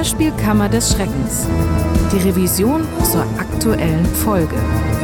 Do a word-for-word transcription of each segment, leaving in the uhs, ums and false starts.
Hörspielkammer des Schreckens. Die Revision zur aktuellen Folge.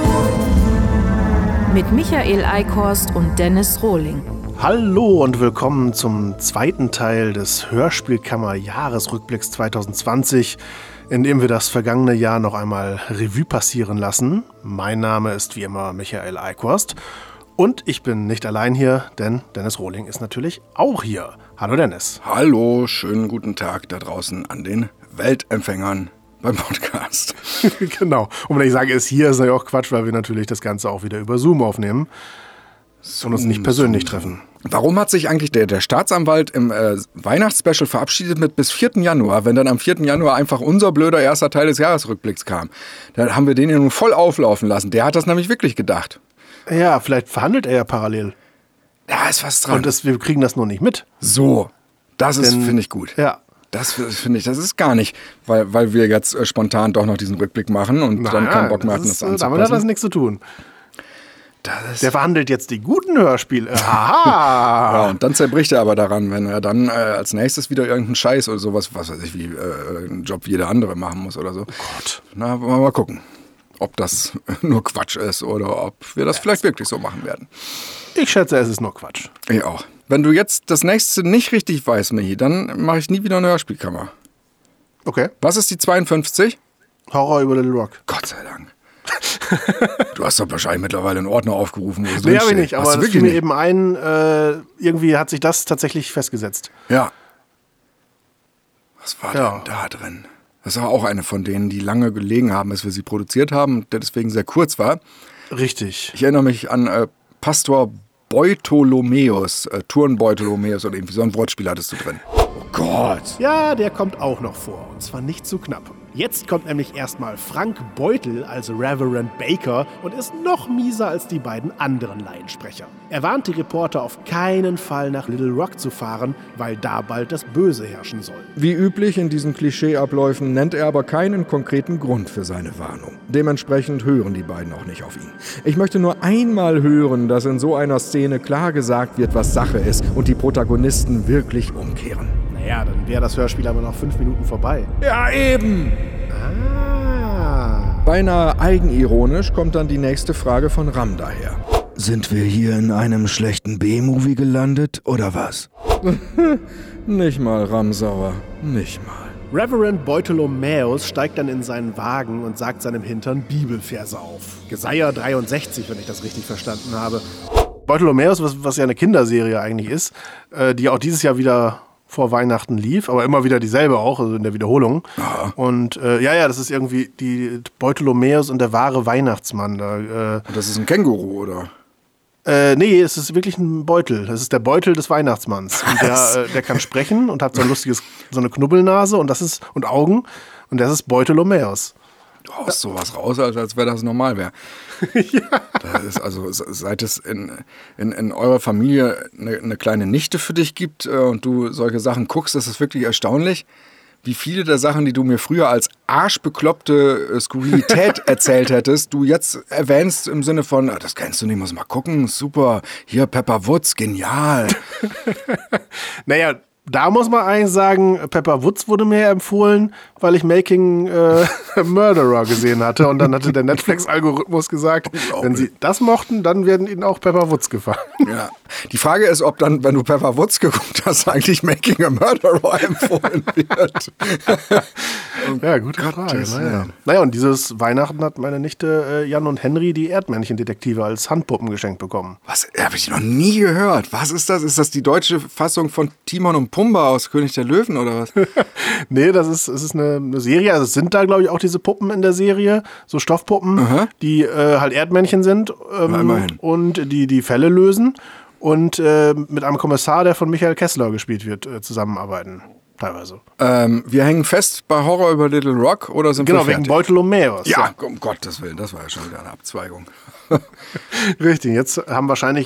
Mit Michael Eickhorst und Dennis Rohling. Hallo und willkommen zum zweiten Teil des Hörspielkammer-Jahresrückblicks zwanzig zwanzig, in dem wir das vergangene Jahr noch einmal Revue passieren lassen. Mein Name ist wie immer Michael Eickhorst und ich bin nicht allein hier, denn Dennis Rohling ist natürlich auch hier. Hallo Dennis. Hallo, schönen guten Tag da draußen an den Weltempfängern beim Podcast. Genau. Und wenn ich sage, ist hier, ist ja auch Quatsch, weil wir natürlich das Ganze auch wieder über Zoom aufnehmen und uns nicht persönlich treffen. Warum hat sich eigentlich der, der Staatsanwalt im äh, Weihnachtsspecial verabschiedet mit bis vierten Januar, wenn dann am vierten Januar einfach unser blöder erster Teil des Jahresrückblicks kam? Dann haben wir den ja nun voll auflaufen lassen. Der hat das nämlich wirklich gedacht. Ja, vielleicht verhandelt er ja parallel. Da ist was dran. Und das, wir kriegen das nur nicht mit. So, das ist, finde ich, gut. Ja. Das finde ich, das ist gar nicht, weil, weil wir jetzt äh, spontan doch noch diesen Rückblick machen und Nein, dann keinen Bock mehr hatten, das, das anzupassen. Damit hat das nichts zu tun. Das Der verhandelt jetzt die guten Hörspiele. Aha! Ja, und dann zerbricht er aber daran, wenn er dann äh, als nächstes wieder irgendeinen Scheiß oder sowas, was weiß ich, wie äh, einen Job wie jeder andere machen muss oder so. Oh Gott. Na, mal, mal gucken, ob das nur Quatsch ist oder ob wir das vielleicht wirklich so machen werden. Ich schätze, es ist nur Quatsch. Ich auch. Wenn du jetzt das nächste nicht richtig weißt, Michi, dann mache ich nie wieder eine Hörspielkammer. Okay. Was ist die zweiundfünfzig? Horror über Little Rock. Gott sei Dank. Du hast doch wahrscheinlich mittlerweile einen Ordner aufgerufen. Wo Nee, habe ich nicht, aber das fiel mir nicht? eben ein, äh, irgendwie hat sich das tatsächlich festgesetzt. Ja. Was war Ja. denn da drin? Das war auch eine von denen, die lange gelegen haben, bis wir sie produziert haben, der deswegen sehr kurz war. Richtig. Ich erinnere mich an äh, Pastor Beutolomäus, äh, Turnbeutolomäus oder irgendwie so ein Wortspiel hattest du drin. Oh Gott. Ja, der kommt auch noch vor, und zwar nicht zu knapp. Jetzt kommt nämlich erstmal Frank Beutel als Reverend Baker und ist noch mieser als die beiden anderen Laiensprecher. Er warnt die Reporter, auf keinen Fall nach Little Rock zu fahren, weil da bald das Böse herrschen soll. Wie üblich in diesen Klischeeabläufen nennt er aber keinen konkreten Grund für seine Warnung. Dementsprechend hören die beiden auch nicht auf ihn. Ich möchte nur einmal hören, dass in so einer Szene klar gesagt wird, was Sache ist und die Protagonisten wirklich umkehren. Naja, dann wäre das Hörspiel aber nach fünf Minuten vorbei. Ja, eben! Ah. Beinahe eigenironisch kommt dann die nächste Frage von Ram daher. Sind wir hier in einem schlechten B-Movie gelandet, oder was? Nicht mal, Ramsauer, nicht mal. Reverend Beutolomäus steigt dann in seinen Wagen und sagt seinem Hintern Bibelverse auf. Jesaja dreiundsechzig, wenn ich das richtig verstanden habe. Beutolomäus, was, was ja eine Kinderserie eigentlich ist, äh, die auch dieses Jahr wieder vor Weihnachten lief, aber immer wieder dieselbe auch, also in der Wiederholung. Aha. Und äh, ja, ja, das ist irgendwie die Beutolomäus und der wahre Weihnachtsmann. Da, äh, Das ist ein Känguru, oder? Äh, nee, es ist wirklich ein Beutel. Das ist der Beutel des Weihnachtsmanns. Und der, äh, der kann sprechen und hat so ein lustiges, so eine Knubbelnase und das ist und Augen. Und das ist Beutolomäus. Du haust sowas raus, als, als wäre das normal wäre. Ja. Das ist also, seit es in, in, in eurer Familie eine, eine kleine Nichte für dich gibt äh, und du solche Sachen guckst, das ist wirklich erstaunlich, wie viele der Sachen, die du mir früher als arschbekloppte äh, Skurrilität erzählt hättest, du jetzt erwähnst im Sinne von, ah, das kennst du nicht, muss mal gucken, super, hier Pepper Woods, genial. Naja, da muss man eigentlich sagen, Pepper Woods wurde mir empfohlen, weil ich Making äh, Murderer gesehen hatte. Und dann hatte der Netflix-Algorithmus gesagt, wenn sie das mochten, dann werden ihnen auch Pepper Woods gefallen. Ja. Die Frage ist, ob dann, wenn du Pepper Woods geguckt hast, eigentlich Making a Murderer empfohlen wird. Ja, gute Frage. Naja. naja, und dieses Weihnachten hat meine Nichte äh, Jan und Henry die Erdmännchendetektive als Handpuppen geschenkt bekommen. Was? Habe ich noch nie gehört. Was ist das? Ist das die deutsche Fassung von Timon und Pumba aus König der Löwen oder was? Nee, das ist, es ist eine, eine Serie. Also es sind da, glaube ich, auch diese Puppen in der Serie, so Stoffpuppen, Aha. die äh, halt Erdmännchen sind ähm, Na, immerhin. und die die Fälle lösen und äh, mit einem Kommissar, der von Michael Kessler gespielt wird, äh, zusammenarbeiten. Teilweise. Ähm, wir hängen fest bei Horror über Little Rock oder sind Genau, wir fertig? wegen Beutolomäus. Ja, um Gottes Willen, das war ja schon wieder eine Abzweigung. Richtig, jetzt haben wahrscheinlich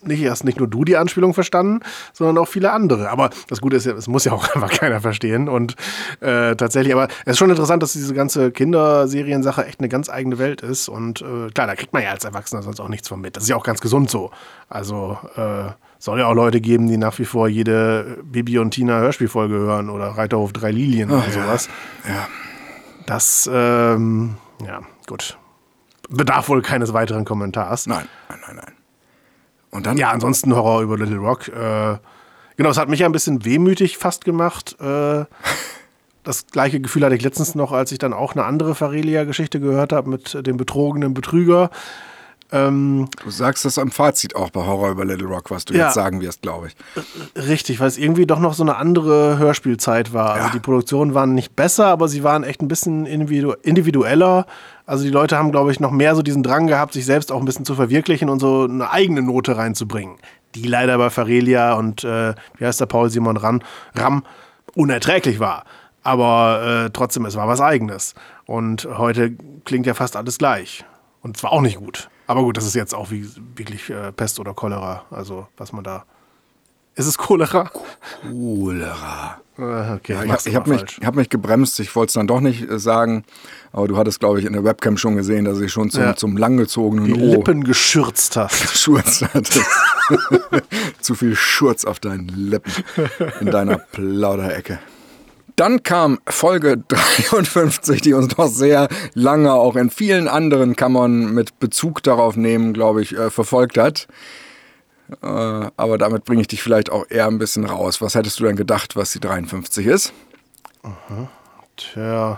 nicht erst nicht nur du die Anspielung verstanden, sondern auch viele andere. Aber das Gute ist ja, es muss ja auch einfach keiner verstehen. Und äh, tatsächlich, aber es ist schon interessant, dass diese ganze Kinderseriensache echt eine ganz eigene Welt ist. Und äh, klar, da kriegt man ja als Erwachsener sonst auch nichts von mit. Das ist ja auch ganz gesund so. Also äh, soll ja auch Leute geben, die nach wie vor jede Bibi und Tina Hörspielfolge hören oder Reiterhof drei Lilien oder sowas. Ja. ja. Das, ähm, ja, gut. Bedarf wohl keines weiteren Kommentars. Nein, nein, nein, nein. Und dann? Ja, ansonsten Horror über Little Rock. Äh, genau, es hat mich ja ein bisschen wehmütig fast gemacht. Äh, das gleiche Gefühl hatte ich letztens noch, als ich dann auch eine andere Farelia-Geschichte gehört habe mit dem betrogenen Betrüger. Ähm, du sagst das am Fazit auch bei Horror über Little Rock, was du ja, jetzt sagen wirst, glaube ich. Richtig, weil es irgendwie doch noch so eine andere Hörspielzeit war. Ja. Also die Produktionen waren nicht besser, aber sie waren echt ein bisschen individu- individueller. Also die Leute haben, glaube ich, noch mehr so diesen Drang gehabt, sich selbst auch ein bisschen zu verwirklichen und so eine eigene Note reinzubringen. Die leider bei Farelia und, äh, wie heißt der, Paul Simon Ram, Ram unerträglich war. Aber äh, trotzdem, es war was Eigenes. Und heute klingt ja fast alles gleich. Und zwar auch nicht gut. Aber gut, das ist jetzt auch wie, wirklich äh, Pest oder Cholera. Also, was man da... Ist es Cholera? Cholera. Äh, okay, ja, ich ich habe mich, hab mich gebremst. Ich wollte es dann doch nicht äh, sagen. Aber du hattest, glaube ich, in der Webcam schon gesehen, dass ich schon zum, ja. zum langgezogenen Die Lippen O geschürzt hast. Schurz hattest. Zu viel Schurz auf deinen Lippen. In deiner Plauderecke. Dann kam Folge dreiundfünfzig, die uns noch sehr lange auch in vielen anderen Kammern mit Bezug darauf nehmen, glaube ich, äh, verfolgt hat. Äh, aber damit bringe ich dich vielleicht auch eher ein bisschen raus. Was hättest du denn gedacht, was die dreiundfünfzig ist? Aha. Tja.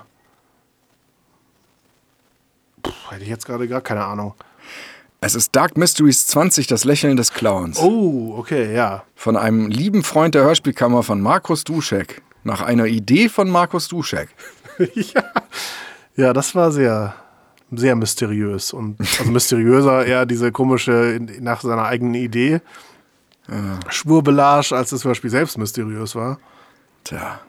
Puh, hätte ich jetzt gerade gar keine Ahnung. Es ist Dark Mysteries zwanzig, das Lächeln des Clowns. Oh, okay, ja. Von einem lieben Freund der Hörspielkammer von Markus Duschek. Nach einer Idee von Markus Duschek. ja. ja, das war sehr, sehr mysteriös. Und also mysteriöser eher diese komische, nach seiner eigenen Idee, ja. Schwurbelage, als das Hörspiel selbst mysteriös war. Tja,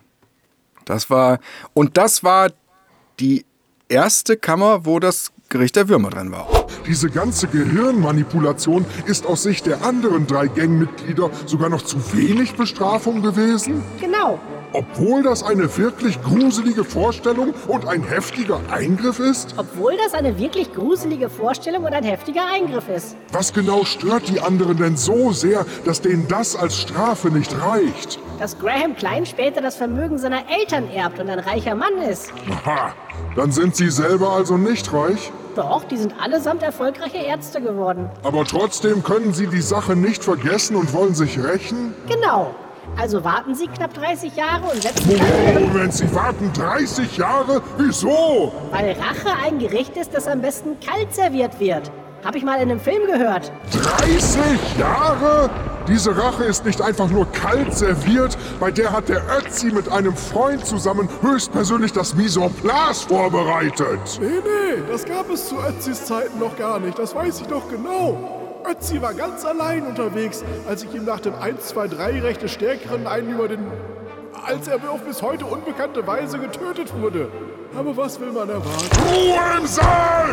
das war, und das war die erste Kammer, wo das Gericht der Würmer drin war. Diese ganze Gehirnmanipulation ist aus Sicht der anderen drei Gangmitglieder sogar noch zu wenig Bestrafung gewesen? Genau. Obwohl das eine wirklich gruselige Vorstellung und ein heftiger Eingriff ist? Obwohl das eine wirklich gruselige Vorstellung und ein heftiger Eingriff ist. Was genau stört die anderen denn so sehr, dass denen das als Strafe nicht reicht? Dass Graham Klein später das Vermögen seiner Eltern erbt und ein reicher Mann ist. Aha, dann sind sie selber also nicht reich? Doch, die sind allesamt erfolgreiche Ärzte geworden. Aber trotzdem können sie die Sache nicht vergessen und wollen sich rächen? Genau. Also warten Sie knapp dreißig Jahre und setzen... Moment, Sie warten dreißig Jahre? Wieso? Weil Rache ein Gericht ist, das am besten kalt serviert wird. Hab ich mal in einem Film gehört. dreißig Jahre? Diese Rache ist nicht einfach nur kalt serviert, bei der hat der Ötzi mit einem Freund zusammen höchstpersönlich das Mise en place vorbereitet. Nee, nee, das gab es zu Ötzis Zeiten noch gar nicht, das weiß ich doch genau. Ötzi war ganz allein unterwegs, als ich ihm nach dem eins zwei drei Recht des Stärkeren einen über den... als er auf bis heute unbekannte Weise getötet wurde. Aber was will man erwarten? Ruhe im Saal!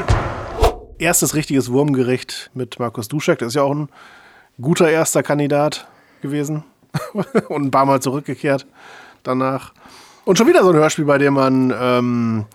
Erstes richtiges Wurmgericht mit Markus Duschek, der ist ja auch ein guter erster Kandidat gewesen und ein paar Mal zurückgekehrt danach. Und schon wieder so ein Hörspiel, bei dem man ähm,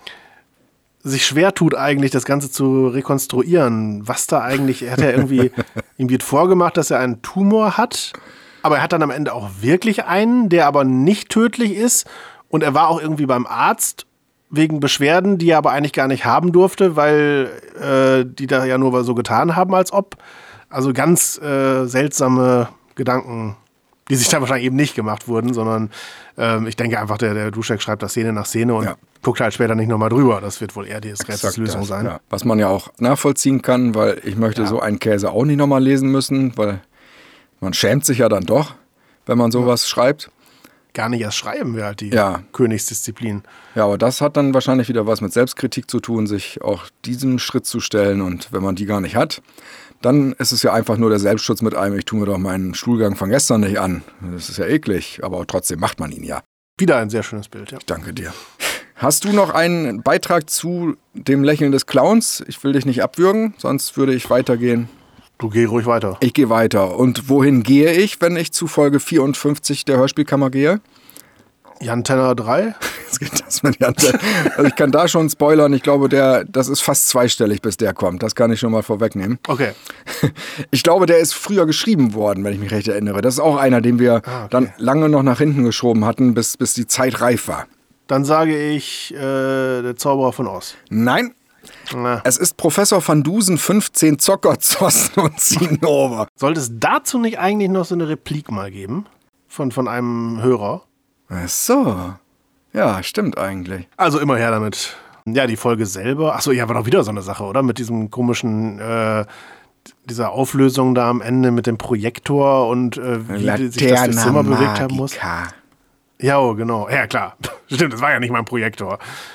sich schwer tut, eigentlich das Ganze zu rekonstruieren. Was da eigentlich, er hat ja irgendwie, ihm wird vorgemacht, dass er einen Tumor hat, aber er hat dann am Ende auch wirklich einen, der aber nicht tödlich ist. Und er war auch irgendwie beim Arzt wegen Beschwerden, die er aber eigentlich gar nicht haben durfte, weil äh, die da ja nur so getan haben, als ob. Also ganz äh, seltsame Gedanken, die sich da wahrscheinlich eben nicht gemacht wurden, sondern ähm, ich denke einfach, der, der Duschek schreibt das Szene nach Szene und ja. guckt halt später nicht nochmal drüber. Das wird wohl eher die Rätselslösung sein. Ja. Was man ja auch nachvollziehen kann, weil ich möchte ja. so einen Käse auch nicht nochmal lesen müssen, weil man schämt sich ja dann doch, wenn man sowas ja. schreibt. Gar nicht erst schreiben wäre halt die ja. Königsdisziplin. Ja, aber das hat dann wahrscheinlich wieder was mit Selbstkritik zu tun, sich auch diesem Schritt zu stellen. Und wenn man die gar nicht hat, dann ist es ja einfach nur der Selbstschutz mit einem, ich tue mir doch meinen Stuhlgang von gestern nicht an. Das ist ja eklig, aber trotzdem macht man ihn ja. Wieder ein sehr schönes Bild, ja. Ich danke dir. Hast du noch einen Beitrag zu dem Lächeln des Clowns? Ich will dich nicht abwürgen, sonst würde ich weitergehen. Du geh ruhig weiter. Ich gehe weiter. Und wohin gehe ich, wenn ich zu Folge vierundfünfzig der Hörspielkammer gehe? Jan Tenner drei? Jetzt geht das mit Jan Tenner. Also ich kann da schon spoilern. Ich glaube, der, das ist fast zweistellig, bis der kommt. Das kann ich schon mal vorwegnehmen. Okay. Ich glaube, der ist früher geschrieben worden, wenn ich mich recht erinnere. Das ist auch einer, den wir ah, okay. dann lange noch nach hinten geschoben hatten, bis, bis die Zeit reif war. Dann sage ich äh, der Zauberer von Oz. Nein. Na. Es ist Professor van Dusen, fünfzehn Zocker, Zossen und Zinnober. Sollte es dazu nicht eigentlich noch so eine Replik mal geben? Von, von einem Hörer? Ach so. Ja, stimmt eigentlich. Also immer her damit. Ja, die Folge selber. Achso, ja, war doch wieder so eine Sache, oder? Mit diesem komischen, äh, dieser Auflösung da am Ende mit dem Projektor und äh, wie Laterna sich das, das Zimmer bewegt haben muss. Magica. Ja, oh, genau. Ja, klar. Stimmt, das war ja nicht mein Projektor.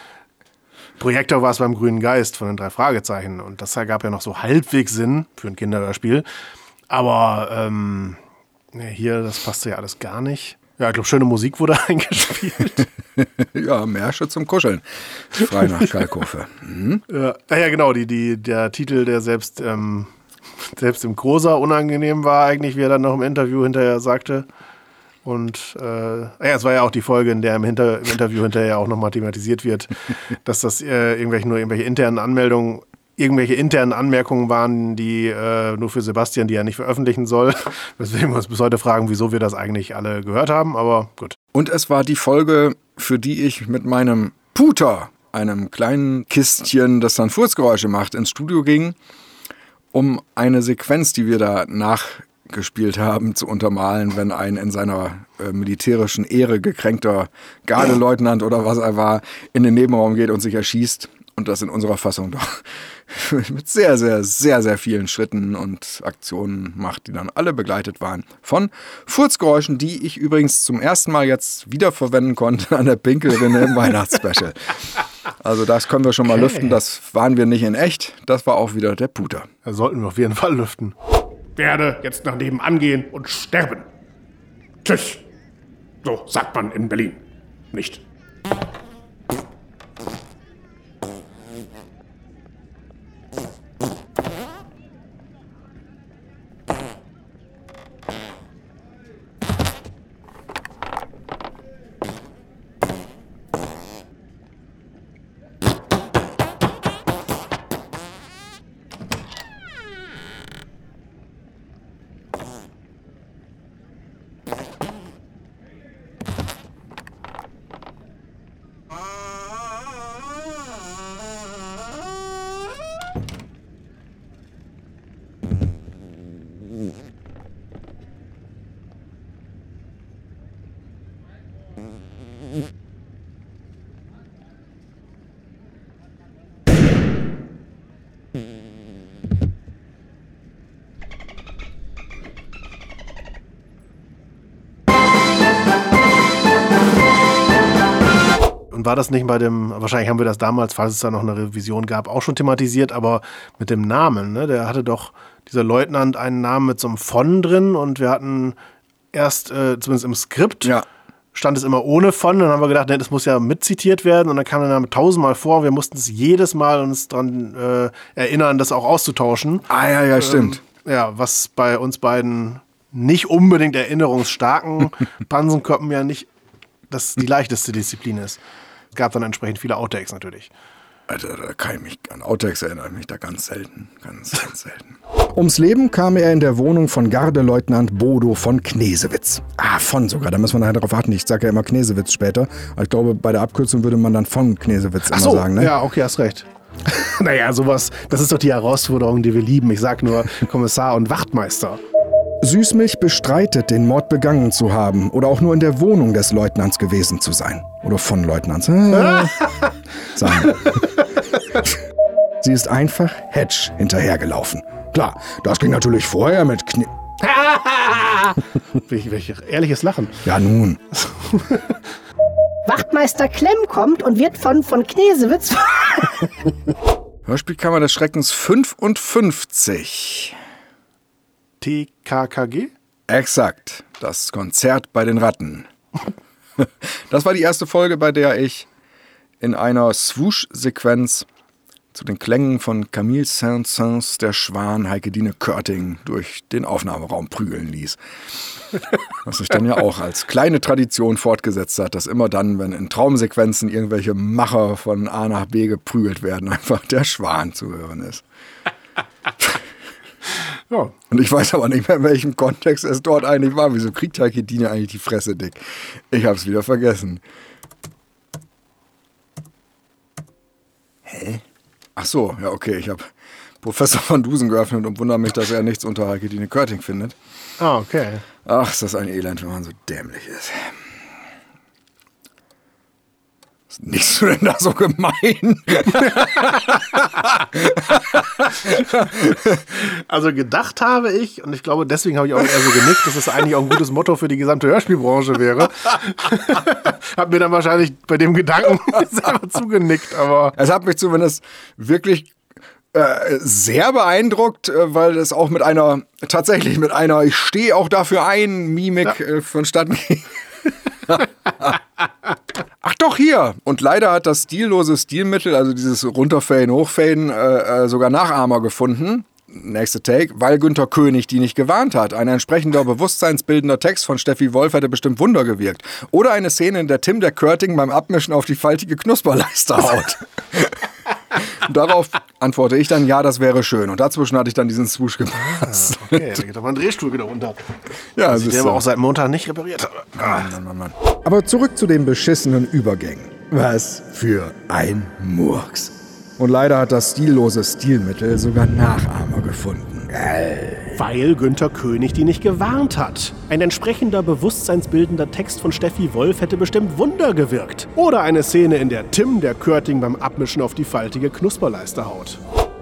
Projektor war es beim Grünen Geist von den drei Fragezeichen. Und das ergab ja noch so halbwegs Sinn für ein Kinderhörspiel. Aber ähm, hier, das passte ja alles gar nicht. Ja, ich glaube, schöne Musik wurde eingespielt. Ja, Märsche zum Kuscheln. Frei nach Kalkofe. Mhm. Ja, ja, genau, die, die, der Titel, der selbst, ähm, selbst im Großer unangenehm war, eigentlich, wie er dann noch im Interview hinterher sagte. Und äh, ja, es war ja auch die Folge, in der im, Hinter-, im Interview hinterher auch nochmal thematisiert wird, dass das äh, irgendwelche, nur irgendwelche internen Anmeldungen, irgendwelche internen Anmerkungen waren, die äh, nur für Sebastian, die er nicht veröffentlichen soll. Weswegen wir uns bis heute fragen, wieso wir das eigentlich alle gehört haben, aber gut. Und es war die Folge, für die ich mit meinem Puter, einem kleinen Kistchen, das dann Furzgeräusche macht, ins Studio ging, um eine Sequenz, die wir da nachgespielt haben, zu untermalen, wenn ein in seiner äh, militärischen Ehre gekränkter Gardeleutnant oder was er war, in den Nebenraum geht und sich erschießt. Und das in unserer Fassung doch mit sehr, sehr, sehr, sehr vielen Schritten und Aktionen macht, die dann alle begleitet waren von Furzgeräuschen, die ich übrigens zum ersten Mal jetzt wiederverwenden konnte an der Pinkelrinne im Weihnachtsspecial. Also das können wir schon mal okay. lüften, das waren wir nicht in echt, das war auch wieder der Puter. Da sollten wir auf jeden Fall lüften. Werde jetzt nach nebenan gehen und sterben. Tschüss. So sagt man in Berlin. Nicht. War das nicht bei dem, wahrscheinlich haben wir das damals, falls es da noch eine Revision gab, auch schon thematisiert, aber mit dem Namen, ne? Der hatte doch, dieser Leutnant, einen Namen mit so einem von drin und wir hatten erst, äh, zumindest im Skript, ja. stand es immer ohne von, dann haben wir gedacht, ne, das muss ja mitzitiert werden und dann kam der Name tausendmal vor, wir mussten es jedes Mal uns daran äh, erinnern, das auch auszutauschen. Ah ja, ja, stimmt. Ähm, ja, was bei uns beiden nicht unbedingt erinnerungsstarken Pansenköppen ja nicht das die leichteste Disziplin ist. Es gab dann entsprechend viele Outtakes natürlich. Alter, da kann ich mich an Outtakes erinnern, mich da ganz selten, ganz, ganz selten. Ums Leben kam er in der Wohnung von Gardeleutnant Bodo von Knesewitz. Ah, von sogar, da müssen wir nachher darauf warten. Ich sage ja immer Knesewitz später. Aber ich glaube, bei der Abkürzung würde man dann von Knesewitz immer Ach so, sagen. Ne? Ja, okay, hast recht. Naja, sowas, das ist doch die Herausforderung, die wir lieben. Ich sag nur Kommissar und Wachtmeister. Süßmilch bestreitet, den Mord begangen zu haben oder auch nur in der Wohnung des Leutnants gewesen zu sein. Oder von Leutnants. Äh, sagen. Sie ist einfach Hedge hinterhergelaufen. Klar, das ging natürlich vorher mit Knie... Welch, welch ehrliches Lachen. Ja, nun. Wachtmeister Klemm kommt und wird von, von Knesewitz... Hörspielkammer des Schreckens fünfundfünfzig. T K K G? Exakt. Das Konzert bei den Ratten. Das war die erste Folge, bei der ich in einer Swoosh-Sequenz zu den Klängen von Camille Saint-Saëns der Schwan Heike-Dine Körting durch den Aufnahmeraum prügeln ließ. Was sich dann ja auch als kleine Tradition fortgesetzt hat, dass immer dann, wenn in Traumsequenzen irgendwelche Macher von A nach B geprügelt werden, einfach der Schwan zu hören ist. Ja. Und ich weiß aber nicht mehr, in welchem Kontext es dort eigentlich war. Wieso kriegt Heike-Dine eigentlich die Fresse dick? Ich hab's wieder vergessen. Hä? Ach so, ja okay, ich habe Professor van Dusen geöffnet und wundere mich, dass er nichts unter Heike-Dine Körting findet. Ah, okay. Ach, ist das ein Elend, wenn man so dämlich ist. Was nimmst du denn da so gemein? Also gedacht habe ich, und ich glaube, deswegen habe ich auch eher so genickt, dass das eigentlich auch ein gutes Motto für die gesamte Hörspielbranche wäre. Hab mir dann wahrscheinlich bei dem Gedanken selber zugenickt, aber... Es hat mich zumindest wirklich äh, sehr beeindruckt, äh, weil es auch mit einer, tatsächlich mit einer ich stehe auch dafür ein, Mimik ja. äh, vonstatten ging. Ach doch, hier! Und leider hat das stillose Stilmittel, also dieses Runterfaden, Hochfaden, äh, äh, sogar Nachahmer gefunden. Nächste Take, weil Günter König die nicht gewarnt hat. Ein entsprechender bewusstseinsbildender Text von Steffi Wolf hätte bestimmt Wunder gewirkt. Oder eine Szene, in der Tim der Körting beim Abmischen auf die faltige Knusperleiste haut. Und darauf antworte ich dann, ja, das wäre schön. Und dazwischen hatte ich dann diesen Swoosh gemacht. Okay, da geht aber ein Drehstuhl wieder runter. Ja, das ist aber auch seit Montag nicht repariert habe. Mann, Mann, Mann, Mann. Aber zurück zu den beschissenen Übergängen. Was für ein Murks. Und leider hat das stillose Stilmittel sogar Nachahmer gefunden. Weil Günter König die nicht gewarnt hat. Ein entsprechender bewusstseinsbildender Text von Steffi Wolf hätte bestimmt Wunder gewirkt. Oder eine Szene, in der Tim der Körting beim Abmischen auf die faltige Knusperleiste haut.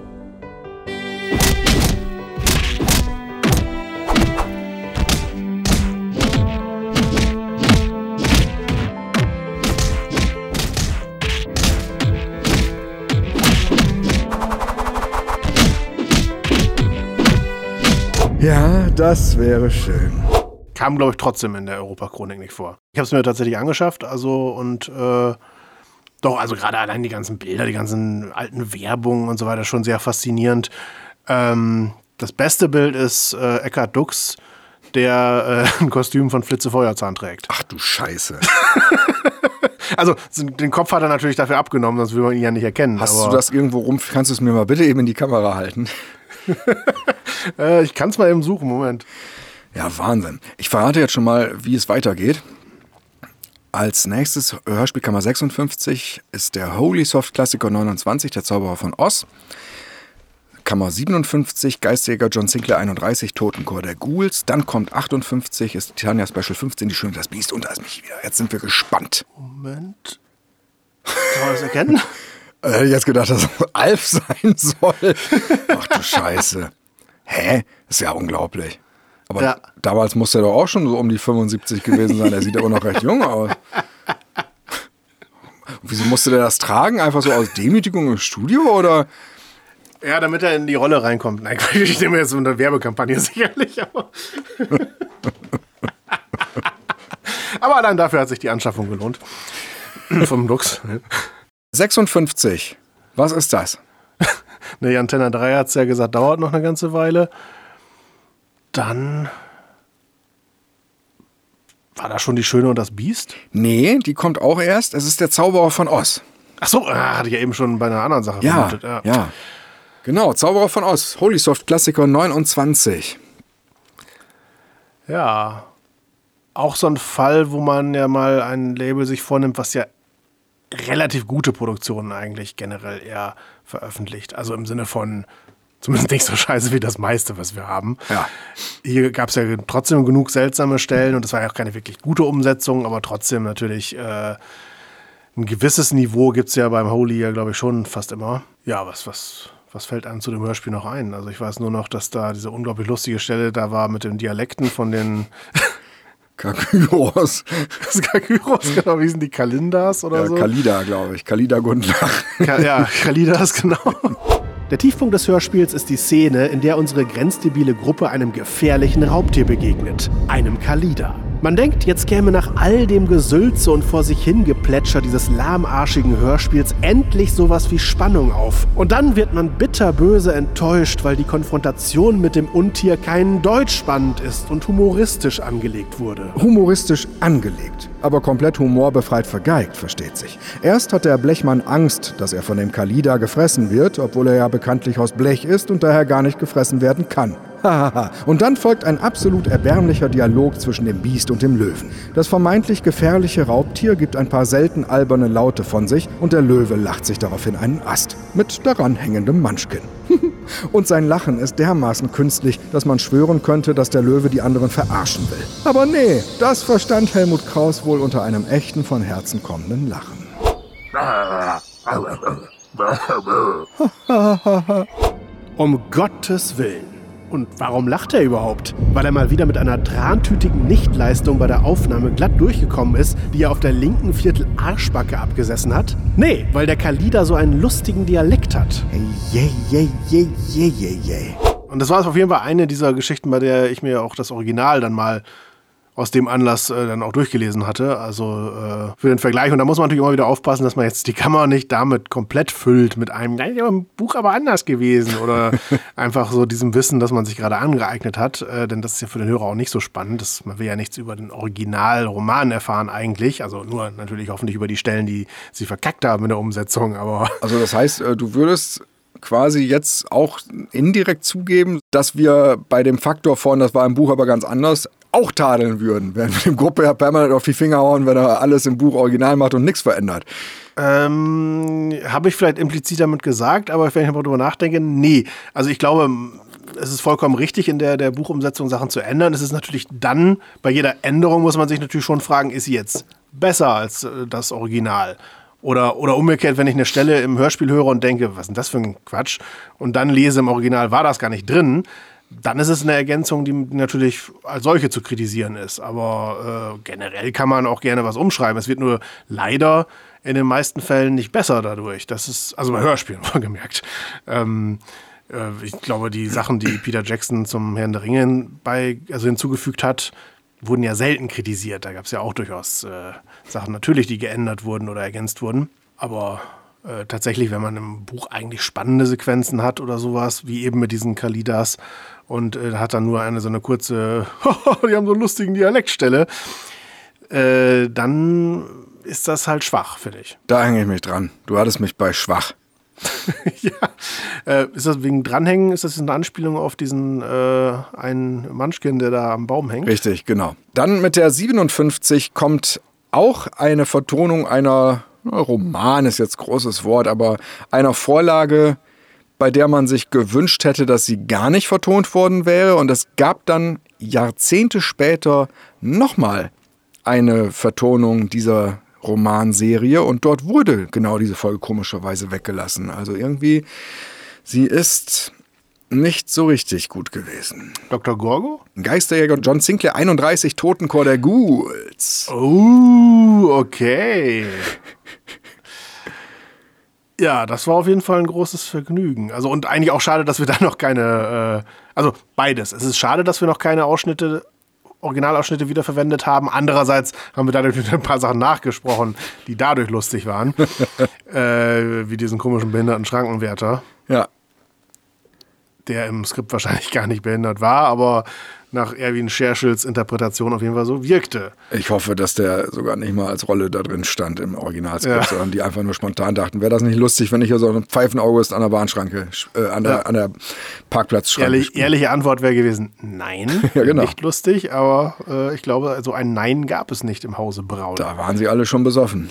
Ja, das wäre schön. Kam, glaube ich, trotzdem in der Europachronik nicht vor. Ich habe es mir tatsächlich angeschafft, also und äh, doch, also gerade allein die ganzen Bilder, die ganzen alten Werbungen und so weiter, schon sehr faszinierend. Ähm, das beste Bild ist äh, Eckhard Dux, der äh, ein Kostüm von Flitze Feuerzahn trägt. Ach du Scheiße. Also den Kopf hat er natürlich dafür abgenommen, sonst würde man ihn ja nicht erkennen. Hast aber du das irgendwo rum? Kannst du es mir mal bitte eben in die Kamera halten? äh, ich kann es mal eben suchen, Moment. Ja, Wahnsinn. Ich verrate jetzt schon mal, wie es weitergeht. Als nächstes Hörspielkammer sechsundfünfzig ist der Holy Soft Klassiker neunundzwanzig, der Zauberer von Oz. Kammer siebenundfünfzig, Geistjäger John Sinclair einunddreißig, Totenchor der Ghouls. Dann kommt achtundfünfzig, ist Titania Special fünfzehn, die Schöne das Biest und da ist mich wieder. Jetzt sind wir gespannt. Moment. Kann man das erkennen? Da hätte ich jetzt gedacht, dass das Alf sein soll. Ach du Scheiße. Hä? Das ist ja unglaublich. Aber ja. Damals muss er doch auch schon so um die fünfundsiebzig gewesen sein. Der sieht aber noch recht jung aus. Und wieso musste der das tragen? Einfach so aus Demütigung im Studio, oder? Ja, damit er in die Rolle reinkommt. Nein, ich nehme jetzt so eine Werbekampagne sicherlich. Aber, aber allein dafür hat sich die Anschaffung gelohnt. Vom Lux. sechsundfünfzig. Was ist das? Ne, die Antenne drei hat es ja gesagt, dauert noch eine ganze Weile. Dann war da schon die Schöne und das Biest? Nee, die kommt auch erst. Es ist der Zauberer von Oz. Ach so, ah, hatte ich ja eben schon bei einer anderen Sache ja, vermutet. Ja, ja. Genau, Zauberer von Oz. Holy Soft Klassiker neunundzwanzig. Ja. Auch so ein Fall, wo man ja mal ein Label sich vornimmt, was ja relativ gute Produktionen eigentlich generell eher veröffentlicht. Also im Sinne von zumindest nicht so scheiße wie das meiste, was wir haben. Ja. Hier gab es ja trotzdem genug seltsame Stellen und es war ja auch keine wirklich gute Umsetzung, aber trotzdem natürlich äh, ein gewisses Niveau gibt es ja beim Holy ja, glaube ich, schon fast immer. Ja, was, was, was fällt einem zu dem Hörspiel noch ein? Also ich weiß nur noch, dass da diese unglaublich lustige Stelle da war mit den Dialekten von den Kakyros. Das Kakyros, genau, wie sind die Kalindas oder ja, so? Kalida, glaube ich. Kalida Gundlach. Ka- ja, Kalidas, genau. Der Tiefpunkt des Hörspiels ist die Szene, in der unsere grenzdebile Gruppe einem gefährlichen Raubtier begegnet. Einem Kalida. Man denkt, jetzt käme nach all dem Gesülze und vor sich hingeplätscher dieses lahmarschigen Hörspiels endlich sowas wie Spannung auf. Und dann wird man bitterböse enttäuscht, weil die Konfrontation mit dem Untier kein Deutsch spannend ist und humoristisch angelegt wurde. Humoristisch angelegt, aber komplett humorbefreit vergeigt, versteht sich. Erst hat der Blechmann Angst, dass er von dem Kalida gefressen wird, obwohl er ja bekanntlich aus Blech ist und daher gar nicht gefressen werden kann. Hahaha. Und dann folgt ein absolut erbärmlicher Dialog zwischen dem Biest und dem Löwen. Das vermeintlich gefährliche Raubtier gibt ein paar selten alberne Laute von sich und der Löwe lacht sich daraufhin einen Ast. Mit daran hängendem Munchkin. Und sein Lachen ist dermaßen künstlich, dass man schwören könnte, dass der Löwe die anderen verarschen will. Aber nee, das verstand Helmut Krauss wohl unter einem echten, von Herzen kommenden Lachen. Um Gottes Willen. Und warum lacht er überhaupt? Weil er mal wieder mit einer trantütigen Nichtleistung bei der Aufnahme glatt durchgekommen ist, die er auf der linken Viertel Arschbacke abgesessen hat? Nee, weil der Kalida so einen lustigen Dialekt hat. Hey, je, je, je, je, je. Und das war auf jeden Fall eine dieser Geschichten, bei der ich mir auch das Original dann mal aus dem Anlass äh, dann auch durchgelesen hatte, also äh, für den Vergleich. Und da muss man natürlich immer wieder aufpassen, dass man jetzt die Kamera nicht damit komplett füllt mit einem, nein, im Buch aber anders gewesen oder einfach so diesem Wissen, das man sich gerade angeeignet hat, äh, denn das ist ja für den Hörer auch nicht so spannend. Das, man will ja nichts über den Originalroman erfahren eigentlich, also nur natürlich hoffentlich über die Stellen, die sie verkackt haben in der Umsetzung, aber... Also das heißt, äh, du würdest quasi jetzt auch indirekt zugeben, dass wir bei dem Faktor von, das war im Buch aber ganz anders, auch tadeln würden, wenn wir dem Gruppe ja permanent auf die Finger hauen, wenn er alles im Buch original macht und nichts verändert. Ähm, habe ich vielleicht implizit damit gesagt, aber wenn ich darüber nachdenke, nee. Also ich glaube, es ist vollkommen richtig, in der, der Buchumsetzung Sachen zu ändern. Es ist natürlich dann, bei jeder Änderung muss man sich natürlich schon fragen, ist sie jetzt besser als äh, das Original? Oder, oder umgekehrt, wenn ich eine Stelle im Hörspiel höre und denke, was ist denn das für ein Quatsch? Und dann lese im Original, war das gar nicht drin, dann ist es eine Ergänzung, die natürlich als solche zu kritisieren ist. Aber äh, generell kann man auch gerne was umschreiben. Es wird nur leider in den meisten Fällen nicht besser dadurch. Das ist, also bei Hörspielen, gemerkt. Ähm, äh, ich glaube, die Sachen, die Peter Jackson zum Herrn der Ringe bei, also hinzugefügt hat, wurden ja selten kritisiert. Da gab es ja auch durchaus äh, Sachen natürlich, die geändert wurden oder ergänzt wurden. Aber äh, tatsächlich, wenn man im Buch eigentlich spannende Sequenzen hat oder sowas, wie eben mit diesen Kalidas, und äh, hat dann nur eine so eine kurze, die haben so einen lustigen Dialektstelle, äh, dann ist das halt schwach, finde ich. Da hänge ich mich dran. Du hattest mich bei schwach. Ja. Äh, ist das wegen Dranhängen? Ist das eine Anspielung auf diesen äh, einen Munchkin, der da am Baum hängt? Richtig, genau. Dann mit der siebenundfünfzig kommt auch eine Vertonung einer, na, Roman ist jetzt großes Wort, aber einer Vorlage, bei der man sich gewünscht hätte, dass sie gar nicht vertont worden wäre. Und es gab dann Jahrzehnte später nochmal eine Vertonung dieser Romanserie und dort wurde genau diese Folge komischerweise weggelassen. Also irgendwie, sie ist nicht so richtig gut gewesen. Doktor Gorgo? Geisterjäger John Sinclair, einunddreißig, Totenchor der Ghouls. Oh, okay. Ja, das war auf jeden Fall ein großes Vergnügen. Also und eigentlich auch schade, dass wir da noch keine, äh, also beides. Es ist schade, dass wir noch keine Ausschnitte, Originalausschnitte wiederverwendet haben. Andererseits haben wir dadurch ein paar Sachen nachgesprochen, die dadurch lustig waren. äh, wie diesen komischen behinderten Schrankenwärter. Ja. Der im Skript wahrscheinlich gar nicht behindert war, aber nach Erwin Scherschels Interpretation auf jeden Fall so wirkte. Ich hoffe, dass der sogar nicht mal als Rolle da drin stand im Originalskript, Ja. sondern die einfach nur spontan dachten, wäre das nicht lustig, wenn ich hier so einen Pfeifen-August an der Bahnschranke, äh, an, der, Ja. an der Parkplatzschranke Ehrlich, spiele. ehrliche Antwort wäre gewesen, nein, Ja, genau. nicht lustig, aber äh, ich glaube, so ein Nein gab es nicht im Hause Braun. Da waren sie alle schon besoffen.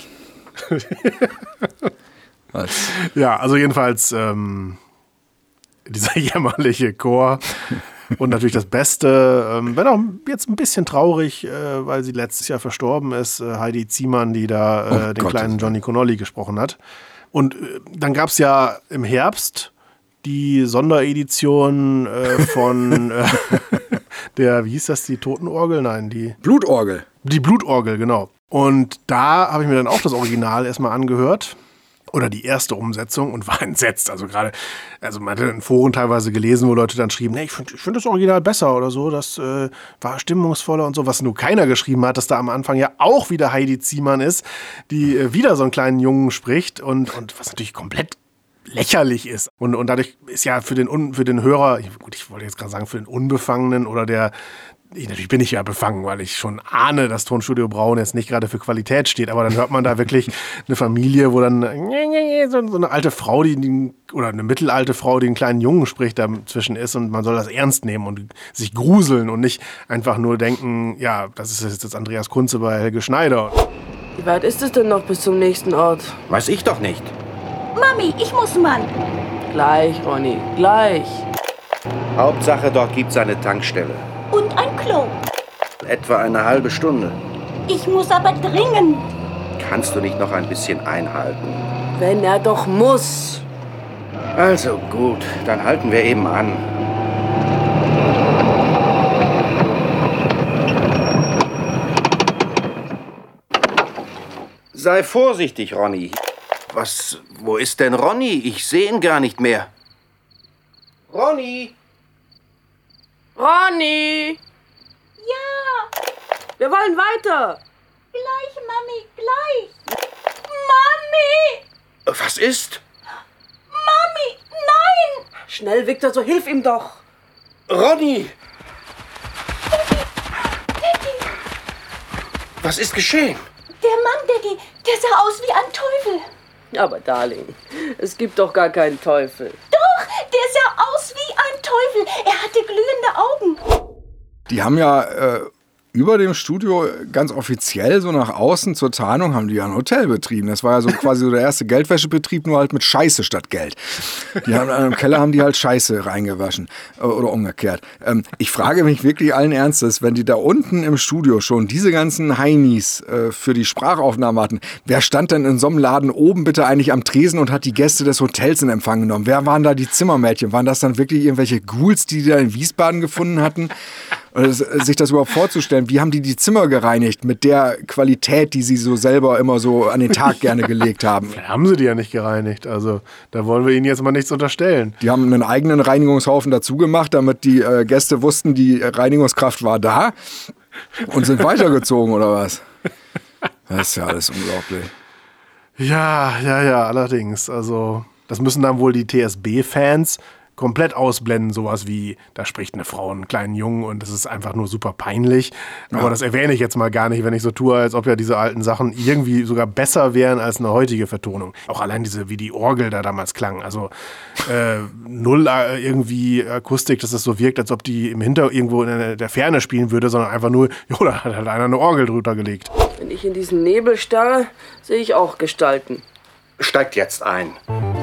Als Ja, also jedenfalls ähm, dieser jämmerliche Chor und natürlich das Beste, ähm, wenn auch jetzt ein bisschen traurig, äh, weil sie letztes Jahr verstorben ist, äh, Heidi Ziemann, die da äh, Oh den Gott, kleinen das- Johnny Connolly gesprochen hat. Und äh, dann gab es ja im Herbst die Sonderedition äh, von äh, der, wie hieß das, die Totenorgel? Nein, die Blutorgel. Die Blutorgel, genau. Und da habe ich mir dann auch das Original erstmal angehört. oder die erste Umsetzung und war entsetzt. Also gerade, also man hat in Foren teilweise gelesen, wo Leute dann schrieben, nee, ich finde ich find das Original besser oder so, das äh, war stimmungsvoller und so, was nur keiner geschrieben hat, dass da am Anfang ja auch wieder Heidi Ziemann ist, die äh, wieder so einen kleinen Jungen spricht und, und was natürlich komplett lächerlich ist. Und, und dadurch ist ja für den, Un, für den Hörer, gut, ich wollte jetzt gerade sagen, für den Unbefangenen oder der, ich, natürlich bin ich ja befangen, weil ich schon ahne, dass Tonstudio Braun jetzt nicht gerade für Qualität steht, aber dann hört man da wirklich eine Familie, wo dann so, so eine alte Frau, die, die oder eine mittelalte Frau, die einen kleinen Jungen spricht, dazwischen ist und man soll das ernst nehmen und sich gruseln und nicht einfach nur denken, ja, das ist jetzt das Andreas Kunze bei Helge Schneider. Wie weit ist es denn noch bis zum nächsten Ort? Weiß ich doch nicht. Mami, ich muss Mann. Gleich, Ronny, gleich. Hauptsache, dort gibt's eine Tankstelle. Und ein Klo. Etwa eine halbe Stunde. Ich muss aber dringend. Kannst du nicht noch ein bisschen einhalten? Wenn er doch muss. Also gut, dann halten wir eben an. Sei vorsichtig, Ronny. Was, wo ist denn Ronny? Ich sehe ihn gar nicht mehr. Ronny! Ronny! Ja! Wir wollen weiter! Gleich, Mami, gleich! Mami! Was ist? Mami, nein! Schnell, Victor, so hilf ihm doch! Ronny! Daddy! Daddy! Was ist geschehen? Der Mann, Daddy, der sah aus wie ein Teufel. Aber Darling, es gibt doch gar keinen Teufel. Doch, der sah aus wie ein Teufel. Er hatte glühende Augen. Die haben ja äh, über dem Studio ganz offiziell so nach außen zur Tarnung haben die ja ein Hotel betrieben. Das war ja so quasi so der erste Geldwäschebetrieb, nur halt mit Scheiße statt Geld. Die haben im Keller haben die halt Scheiße reingewaschen äh, oder umgekehrt. Ähm, ich frage mich wirklich allen Ernstes, wenn die da unten im Studio schon diese ganzen Heinis äh, für die Sprachaufnahmen hatten, wer stand denn in so einem Laden oben bitte eigentlich am Tresen und hat die Gäste des Hotels in Empfang genommen? Wer waren da die Zimmermädchen? Waren das dann wirklich irgendwelche Ghouls, die die da in Wiesbaden gefunden hatten? Oder sich das überhaupt vorzustellen, wie haben die die Zimmer gereinigt mit der Qualität, die sie so selber immer so an den Tag gerne gelegt haben? Vielleicht haben sie die ja nicht gereinigt, also da wollen wir ihnen jetzt mal nichts unterstellen. Die haben einen eigenen Reinigungshaufen dazu gemacht, damit die äh, Gäste wussten, die Reinigungskraft war da und sind weitergezogen oder was? Das ist ja alles unglaublich. Ja, ja, ja, allerdings, also das müssen dann wohl die T S B-Fans komplett ausblenden, sowas wie, da spricht eine Frau einen kleinen Jungen und das ist einfach nur super peinlich. Aber ja. Das erwähne ich jetzt mal gar nicht, wenn ich so tue, als ob ja diese alten Sachen irgendwie sogar besser wären als eine heutige Vertonung. Auch allein diese, wie die Orgel da damals klang. Also äh, null äh, irgendwie Akustik, dass das so wirkt, als ob die im Hinter irgendwo in der Ferne spielen würde, sondern einfach nur, jo, da hat halt einer eine Orgel drüber gelegt. Wenn ich in diesen Nebel starre, sehe ich auch Gestalten. Steigt jetzt ein.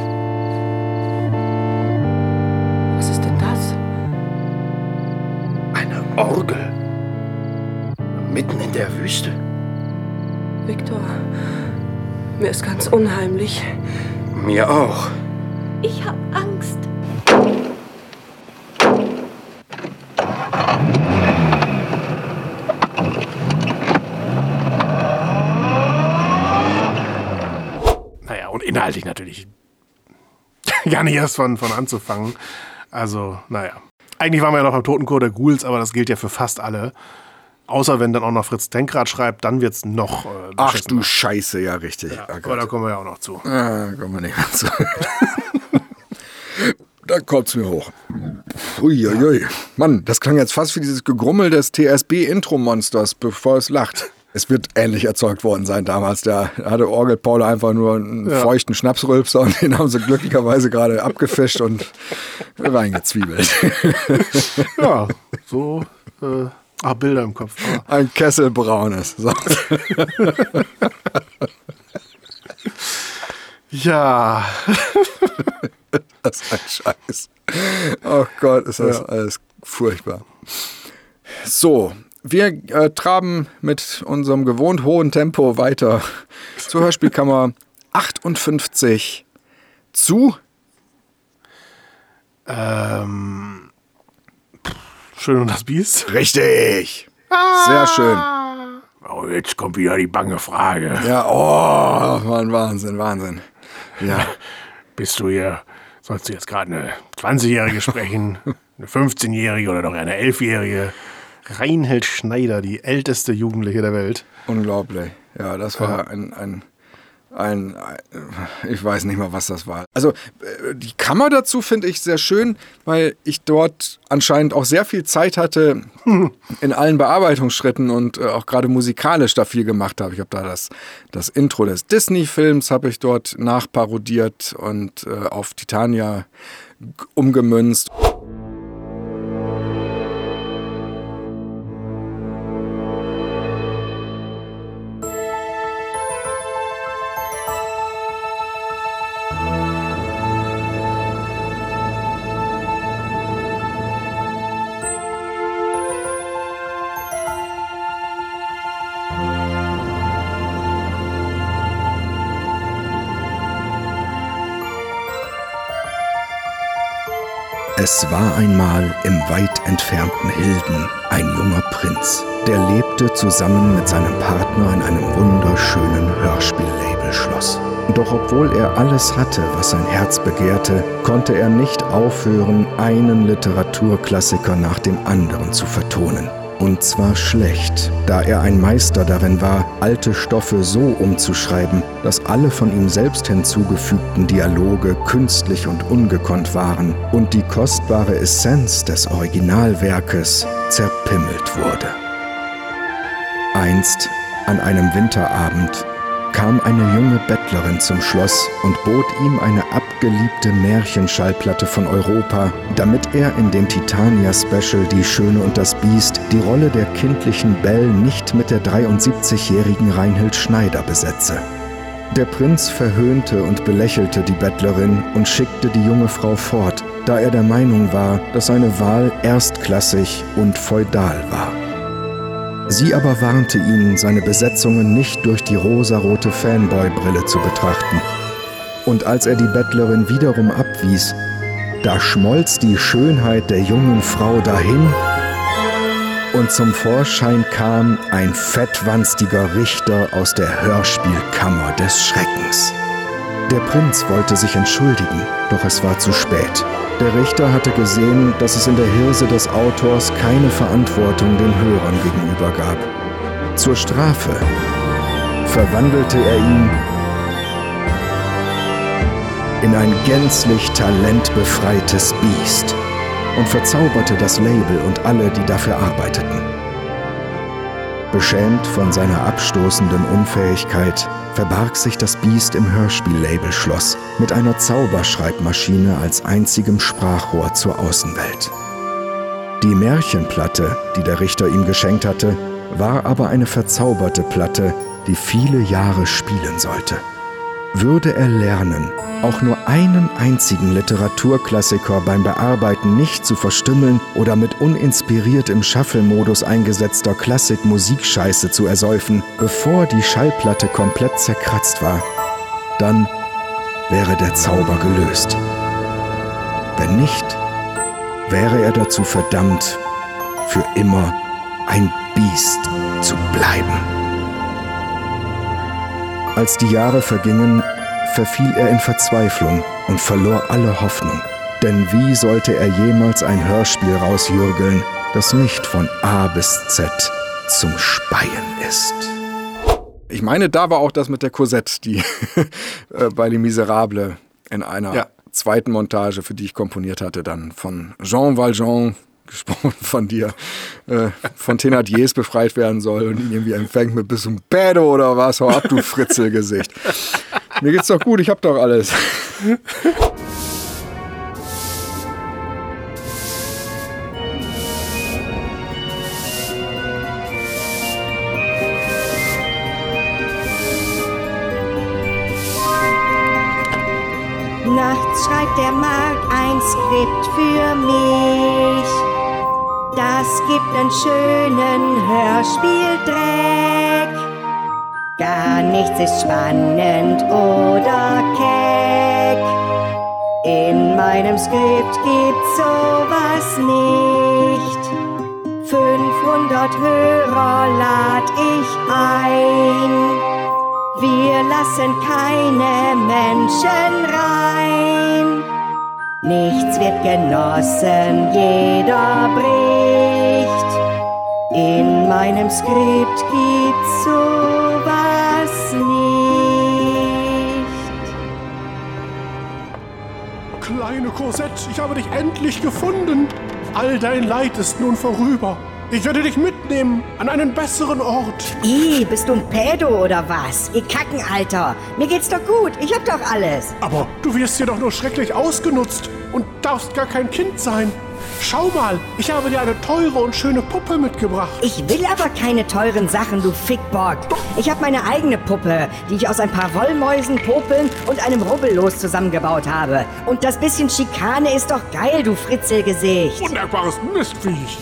Orgel. Mitten in der Wüste. Victor, mir ist ganz unheimlich. Mir auch. Ich hab Angst. Naja, und inhaltlich natürlich gar nicht erst von, von anzufangen. Also, naja. Eigentlich waren wir ja noch beim Totenchor der Ghouls, aber das gilt ja für fast alle. Außer wenn dann auch noch Fritz Tenkrad schreibt, dann wird's noch... Äh, Ach du Scheiße, ja richtig. Ja, oh aber da kommen wir ja auch noch zu. Ah, kommen wir nicht mehr zu. Da kommt's mir hoch. Uiuiui. Mann, das klang jetzt fast wie dieses Gegrummel des T S B-Intro-Monsters, bevor es lacht. Es wird ähnlich erzeugt worden sein damals. Da hatte Orgel Paul einfach nur einen ja. feuchten Schnapsrülpser und den haben sie glücklicherweise gerade abgefischt und reingezwiebelt. Ja, so... Äh Ah, Bilder im Kopf. Ah. Ein Kessel braunes. So. Ja. Das ist ein Scheiß. Oh Gott, ist das ja. alles furchtbar. So, wir äh, traben mit unserem gewohnt hohen Tempo weiter zur Hörspielkammer achtundfünfzig zu... Ähm... Schön und das Biest? Richtig. Sehr schön. Oh, jetzt kommt wieder die bange Frage. Ja, oh, Mann, Wahnsinn, Wahnsinn. Ja. Bist du hier, sollst du jetzt gerade eine zwanzigjährige sprechen, eine fünfzehnjährige oder doch eine elfjährige? Reinhold Schneider, die älteste Jugendliche der Welt. Unglaublich. Ja, das war Ja. ein, ein, ein, ein, ich weiß nicht mal, was das war. Also die Kammer dazu finde ich sehr schön, weil ich dort anscheinend auch sehr viel Zeit hatte in allen Bearbeitungsschritten und äh, auch gerade musikalisch da viel gemacht habe. Ich habe da das, das Intro des Disney-Films habe ich dort nachparodiert und äh, auf Titania umgemünzt. Es war einmal im weit entfernten Hilden ein junger Prinz, der lebte zusammen mit seinem Partner in einem wunderschönen Hörspiellabelschloss. Doch obwohl er alles hatte, was sein Herz begehrte, konnte er nicht aufhören, einen Literaturklassiker nach dem anderen zu vertonen. Und zwar schlecht, da er ein Meister darin war, alte Stoffe so umzuschreiben, dass alle von ihm selbst hinzugefügten Dialoge künstlich und ungekonnt waren und die kostbare Essenz des Originalwerkes zerpimmelt wurde. Einst, an einem Winterabend, kam eine junge Bettlerin zum Schloss und bot ihm eine abgeliebte Märchenschallplatte von Europa, damit er in dem Titania-Special Die Schöne und das Biest die Rolle der kindlichen Belle nicht mit der dreiundsiebzigjährigen Reinhold Schneider besetze. Der Prinz verhöhnte und belächelte die Bettlerin und schickte die junge Frau fort, da er der Meinung war, dass seine Wahl erstklassig und feudal war. Sie aber warnte ihn, seine Besetzungen nicht durch die rosarote Fanboy-Brille zu betrachten. Und als er die Bettlerin wiederum abwies, da schmolz die Schönheit der jungen Frau dahin und zum Vorschein kam ein fettwanstiger Richter aus der Hörspielkammer des Schreckens. Der Prinz wollte sich entschuldigen, doch es war zu spät. Der Richter hatte gesehen, dass es in der Hirse des Autors keine Verantwortung den Hörern gegenüber gab. Zur Strafe verwandelte er ihn in ein gänzlich talentbefreites Biest und verzauberte das Label und alle, die dafür arbeiteten. Beschämt von seiner abstoßenden Unfähigkeit verbarg sich das Biest im Hörspiellabelschloss mit einer Zauberschreibmaschine als einzigem Sprachrohr zur Außenwelt. Die Märchenplatte, die der Richter ihm geschenkt hatte, war aber eine verzauberte Platte, die viele Jahre spielen sollte. Würde er lernen, auch nur einen einzigen Literaturklassiker beim Bearbeiten nicht zu verstümmeln oder mit uninspiriert im Shuffle-Modus eingesetzter Klassik-Musikscheiße zu ersäufen, bevor die Schallplatte komplett zerkratzt war, dann wäre der Zauber gelöst. Wenn nicht, wäre er dazu verdammt, für immer ein Biest zu bleiben. Als die Jahre vergingen, verfiel er in Verzweiflung und verlor alle Hoffnung. Denn wie sollte er jemals ein Hörspiel rausjürgeln, das nicht von A bis Z zum Speien ist? Ich meine, da war auch das mit der Cosette, die bei Les Miserables in einer ja. zweiten Montage, für die ich komponiert hatte, dann von Jean Valjean, gesprochen von dir, äh, von Thénardiers befreit werden soll und ihn irgendwie empfängt mit bis zum Pedo oder was, hau ab, du Fritzelgesicht. Mir geht's doch gut, ich hab doch alles. Nachts schreibt der Mark ein Skript für mich. Das gibt einen schönen Hörspieldreck. Gar nichts ist spannend oder keck. In meinem Skript gibt's sowas nicht. fünfhundert Hörer lad ich ein. Wir hier lassen keine Menschen rein. Nichts wird genossen, jeder bricht. In meinem Skript gibt's sowas nicht. Kleine Cosette, ich habe dich endlich gefunden. All dein Leid ist nun vorüber. Ich werde dich mitnehmen an einen besseren Ort. Ih, bist du ein Pädo oder was? Ihr Kackenalter. Mir geht's doch gut. Ich hab doch alles. Aber du wirst hier doch nur schrecklich ausgenutzt und darfst gar kein Kind sein. Schau mal, ich habe dir eine teure und schöne Puppe mitgebracht. Ich will aber keine teuren Sachen, du Fickbock. Ich habe meine eigene Puppe, die ich aus ein paar Wollmäusen, Popeln und einem Rubbellos zusammengebaut habe. Und das bisschen Schikane ist doch geil, du Fritzelgesicht. Wunderbares Mistviech.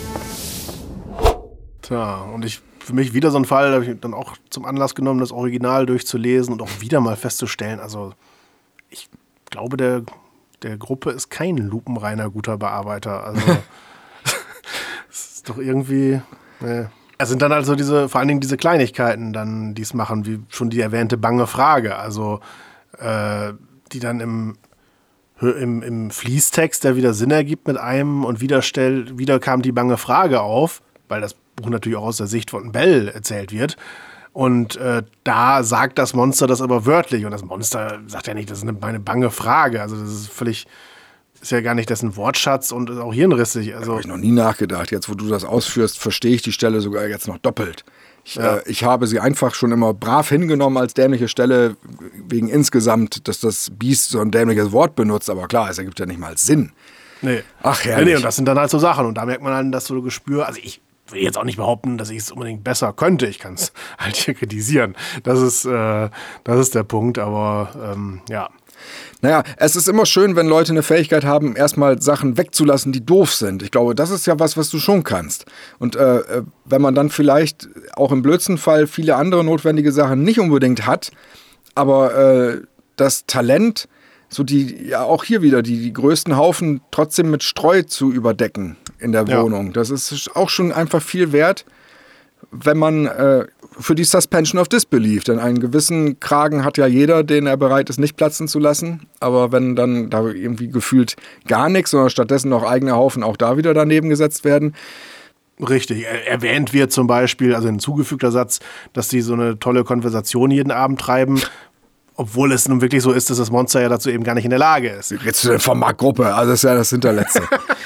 Tja, und ich, für mich wieder so ein Fall, da habe ich dann auch zum Anlass genommen, das Original durchzulesen und auch wieder mal festzustellen, also ich glaube, der, der Gruppe ist kein lupenreiner guter Bearbeiter. Also es ist doch irgendwie, ne. Es sind dann also diese, vor allen Dingen diese Kleinigkeiten dann, die es machen, wie schon die erwähnte bange Frage, also äh, die dann im Im, im Fließtext, der wieder Sinn ergibt mit einem und wieder, stell, wieder kam die bange Frage auf, weil das Buch natürlich auch aus der Sicht von Belle erzählt wird. Und äh, da sagt das Monster das aber wörtlich. Und das Monster sagt ja nicht, das ist eine, eine bange Frage. Also das ist völlig, ist ja gar nicht dessen Wortschatz und ist auch hirnrissig. Also, da habe ich noch nie nachgedacht. Jetzt, wo du das ausführst, verstehe ich die Stelle sogar jetzt noch doppelt. Ich, ja. äh, ich habe sie einfach schon immer brav hingenommen als dämliche Stelle, wegen insgesamt, dass das Biest so ein dämliches Wort benutzt. Aber klar, es ergibt ja nicht mal Sinn. Nee. Ach, herrlich. Nee, nee, und das sind dann halt so Sachen. Und da merkt man dann, dass so ein Gespür, also ich will jetzt auch nicht behaupten, dass ich es unbedingt besser könnte. Ich kann es halt hier kritisieren. Das ist, äh, das ist der Punkt, aber ähm, ja. Naja, es ist immer schön, wenn Leute eine Fähigkeit haben, erstmal Sachen wegzulassen, die doof sind. Ich glaube, das ist ja was, was du schon kannst. Und äh, wenn man dann vielleicht auch im blödsten Fall viele andere notwendige Sachen nicht unbedingt hat, aber äh, das Talent, so die, ja auch hier wieder, die, die größten Haufen trotzdem mit Streu zu überdecken in der Ja. Wohnung. Das ist auch schon einfach viel wert, wenn man äh, für die Suspension of Disbelief, denn einen gewissen Kragen hat ja jeder, den er bereit ist, nicht platzen zu lassen. Aber wenn dann da irgendwie gefühlt gar nichts, sondern stattdessen noch eigene Haufen auch da wieder daneben gesetzt werden. Richtig. Er, erwähnt wird zum Beispiel, also ein hinzugefügter Satz, dass die so eine tolle Konversation jeden Abend treiben, obwohl es nun wirklich so ist, dass das Monster ja dazu eben gar nicht in der Lage ist. Wie redest du denn von Marktgruppe? Also das ist ja das Hinterletzte.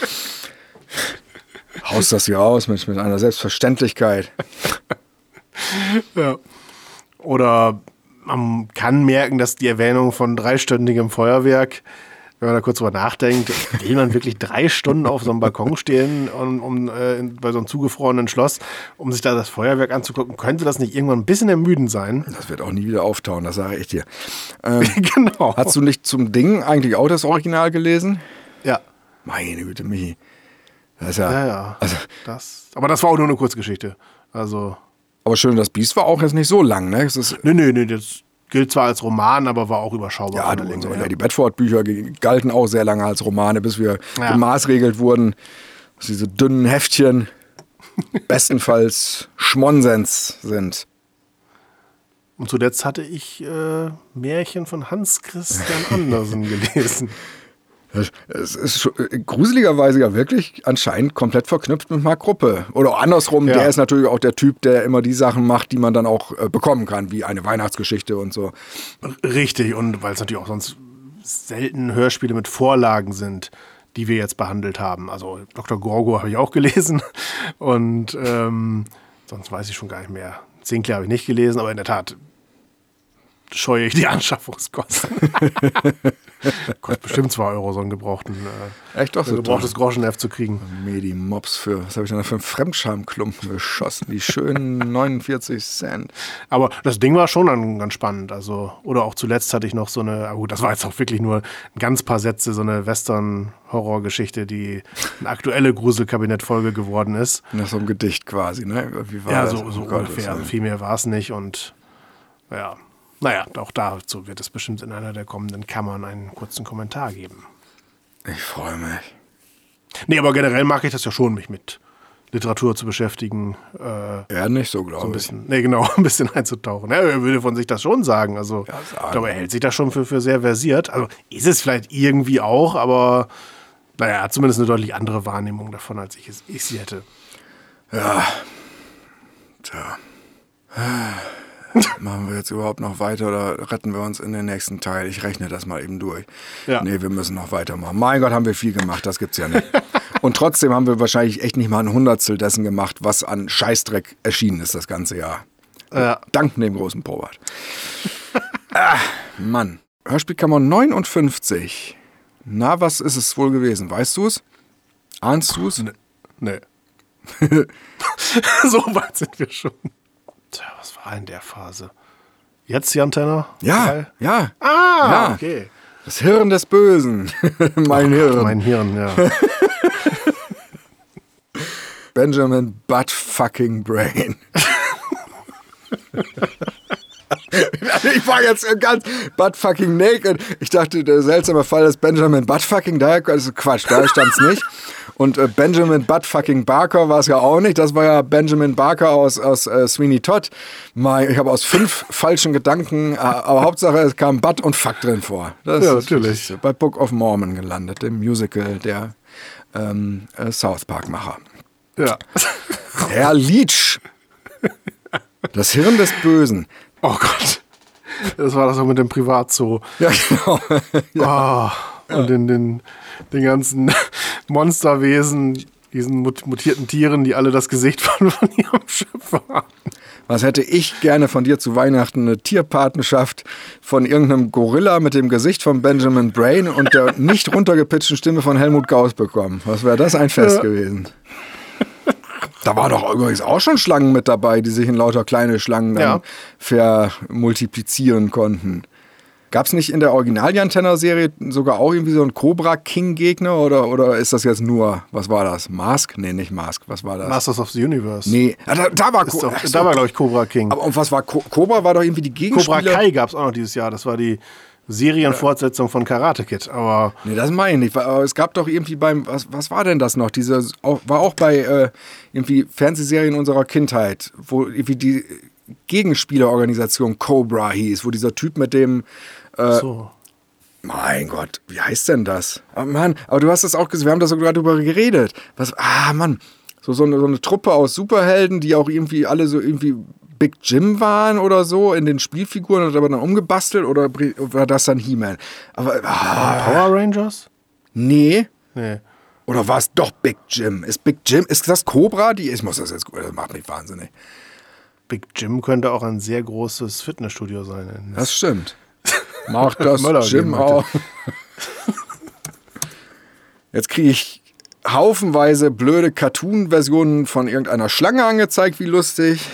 Haust das hier aus mit, mit einer Selbstverständlichkeit. Ja. Oder man kann merken, dass die Erwähnung von dreistündigem Feuerwerk, wenn man da kurz drüber nachdenkt, will man wirklich drei Stunden auf so einem Balkon stehen, um, um, äh, bei so einem zugefrorenen Schloss, um sich da das Feuerwerk anzugucken? Könnte das nicht irgendwann ein bisschen ermüdend sein? Das wird auch nie wieder auftauen, das sage ich dir. Ähm, genau. Hast du nicht zum Ding eigentlich auch das Original gelesen? Ja. Meine Güte, Michi. Das ist ja, Ja, ja. Also, das, aber das war auch nur eine Kurzgeschichte. Also. aber schön, das Biest war auch jetzt nicht so lang, ne? Es ist, Nee, nee, nee, das gilt zwar als Roman, aber war auch überschaubar. ja, von du, der Länge so, her. ja, die Bedford-Bücher ge- galten auch sehr lange als Romane, bis wir Ja. gemaßregelt wurden. Dass diese dünnen Heftchen bestenfalls Schmonsens sind. Und zuletzt hatte ich äh, Märchen von Hans Christian Andersen gelesen. Es ist schon, äh, gruseligerweise ja wirklich anscheinend komplett verknüpft mit Mark Ruppe. Oder andersrum, Ja. der ist natürlich auch der Typ, der immer die Sachen macht, die man dann auch äh, bekommen kann, wie eine Weihnachtsgeschichte und so. Richtig, und weil es natürlich auch sonst selten Hörspiele mit Vorlagen sind, die wir jetzt behandelt haben. Also Doktor Gorgo habe ich auch gelesen und ähm, sonst weiß ich schon gar nicht mehr. Sinclair habe ich nicht gelesen, aber in der Tat scheue ich die Anschaffungskosten. Kostet bestimmt zwei Euro, so einen gebrauchten, äh, Echt doch so ein gebrauchtes Groschenheft zu kriegen. Medi Mops für, was habe ich denn da für einen Fremdschamklumpen geschossen? Die schönen neunundvierzig Cent. Aber das Ding war schon dann ganz spannend. Also, oder auch zuletzt hatte ich noch so eine, ah gut, das war jetzt auch wirklich nur ein ganz paar Sätze, so eine Western-Horror-Geschichte, die eine aktuelle Gruselkabinett-Folge geworden ist. Nach so einem Gedicht quasi, ne? Wie war Ja, das? so, so Oh Gott, ungefähr. was- Also viel mehr war es nicht. Und ja, naja, auch dazu wird es bestimmt in einer der kommenden Kammern einen kurzen Kommentar geben. Ich freue mich. Nee, aber generell mag ich das ja schon, mich mit Literatur zu beschäftigen. Äh, ja, nicht so, glaube so ein ich. bisschen, nee, genau, ein bisschen einzutauchen. Ja, er würde von sich das schon sagen. Also, ja, ich glaube, er hält sich das schon für, für sehr versiert. Also, ist es vielleicht irgendwie auch, aber naja, er hat zumindest eine deutlich andere Wahrnehmung davon, als ich, es, ich sie hätte. Ja. Tja. Machen wir jetzt überhaupt noch weiter oder retten wir uns in den nächsten Teil? Ich rechne das mal eben durch. Ja. Nee, wir müssen noch weitermachen. Mein Gott, haben wir viel gemacht, das gibt's ja nicht. Und trotzdem haben wir wahrscheinlich echt nicht mal ein Hundertstel dessen gemacht, was an Scheißdreck erschienen ist das ganze Jahr. Ja. Dank dem großen Probert. ah, Mann. Hörspielkammer neunundfünfzig. Na, was ist es wohl gewesen? Weißt du es? Ahnst du es? Nee. nee. So weit sind wir schon. Tja, was war in der Phase? Jetzt die Antenne? Ja, Geil. ja. Ah, ja. Okay. Das Hirn des Bösen. mein oh Hirn. Gott, mein Hirn, ja. Benjamin Butt-fucking Brain. Ich war jetzt ganz Butt-fucking naked. Ich dachte, der seltsame Fall ist Benjamin Butt-fucking, daher, also Quatsch, da stand's nicht. Und äh, Benjamin Butt-fucking Barker war es ja auch nicht. Das war ja Benjamin Barker aus, aus äh, Sweeney Todd. Mal, ich habe aus fünf falschen Gedanken, äh, aber Hauptsache es kam Butt und Fuck drin vor. Das ja, ist natürlich. Bei Book of Mormon gelandet, dem Musical der ähm, äh, South Park-Macher. Ja. Herr Leach. Das Hirn des Bösen. Oh Gott. Das war das auch mit dem Privatzoo. Ja, genau. ja. Oh, und den, den, den ganzen Monsterwesen, diesen mutierten Tieren, die alle das Gesicht von, von ihrem Schöpfer haben. Was hätte ich gerne von dir zu Weihnachten? Eine Tierpatenschaft von irgendeinem Gorilla mit dem Gesicht von Benjamin Brain und der nicht runtergepitchten Stimme von Helmut Gauss bekommen. Was wäre das ein Fest ja. gewesen? Da waren doch übrigens auch schon Schlangen mit dabei, die sich in lauter kleine Schlangen dann ja. vermultiplizieren konnten. Gab es nicht in der Original-Jantenna-Serie sogar auch irgendwie so einen Cobra-King-Gegner oder, oder ist das jetzt nur, was war das? Mask? Nee, nicht Mask, was war das? Masters of the Universe. Nee, da, da war, doch, da war glaube ich, Cobra King. Aber und was war, Cobra war doch irgendwie die Gegenspieler? Cobra Kai gab es auch noch dieses Jahr, das war die Serienfortsetzung von Karate Kid, aber... Nee, das meine ich nicht, aber es gab doch irgendwie beim, was, was war denn das noch? Diese, war auch bei äh, irgendwie Fernsehserien unserer Kindheit, wo irgendwie die Gegenspielerorganisation Cobra hieß, wo dieser Typ mit dem... Äh, so. Mein Gott, wie heißt denn das? Oh Mann, aber du hast das auch gesehen, wir haben da sogar drüber geredet. Was, ah Mann, so, so, eine, so eine Truppe aus Superhelden, die auch irgendwie alle so irgendwie Big Jim waren oder so in den Spielfiguren und aber dann umgebastelt oder war das dann He-Man? Aber ah, Power Rangers? Nee. Nee. Oder war es doch Big Jim? Ist Big Jim, ist das Cobra? Die, ich muss das jetzt, das macht mich wahnsinnig. Big Jim könnte auch ein sehr großes Fitnessstudio sein. Das stimmt. Macht das Jim auch. Jetzt kriege ich haufenweise blöde Cartoon-Versionen von irgendeiner Schlange angezeigt, wie lustig.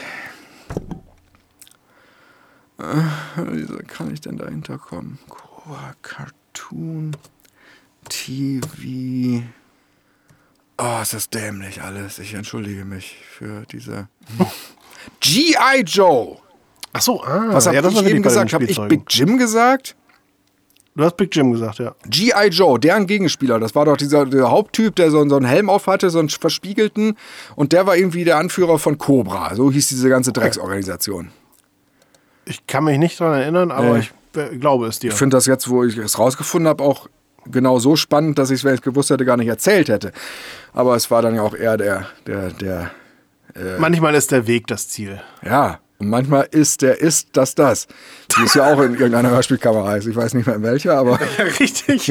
Äh, wie kann ich denn dahinter kommen? Cobra Cartoon T V. Oh, ist das dämlich alles. Ich entschuldige mich für diese... G I. Joe! Ach so, ah. Was habe ja, das ich eben gesagt? Habe ich Big Jim gesagt? Du hast Big Jim gesagt, ja. G I. Joe, deren Gegenspieler. Das war doch dieser der Haupttyp, der so, so einen Helm auf hatte, so einen verspiegelten. Und der war irgendwie der Anführer von Cobra. So hieß diese ganze Drecksorganisation. Ich kann mich nicht daran erinnern, aber nee. ich äh, glaube es dir. Ich finde das jetzt, wo ich es rausgefunden habe, auch genau so spannend, dass ich es, wenn ich es gewusst hätte, gar nicht erzählt hätte. Aber es war dann ja auch eher der... der, der äh Manchmal ist der Weg das Ziel. Ja. Und manchmal ist der ist das das. Die ist ja auch in irgendeiner Hörspielkamera heißt. Ich weiß nicht mehr in welcher, aber... Ja, richtig.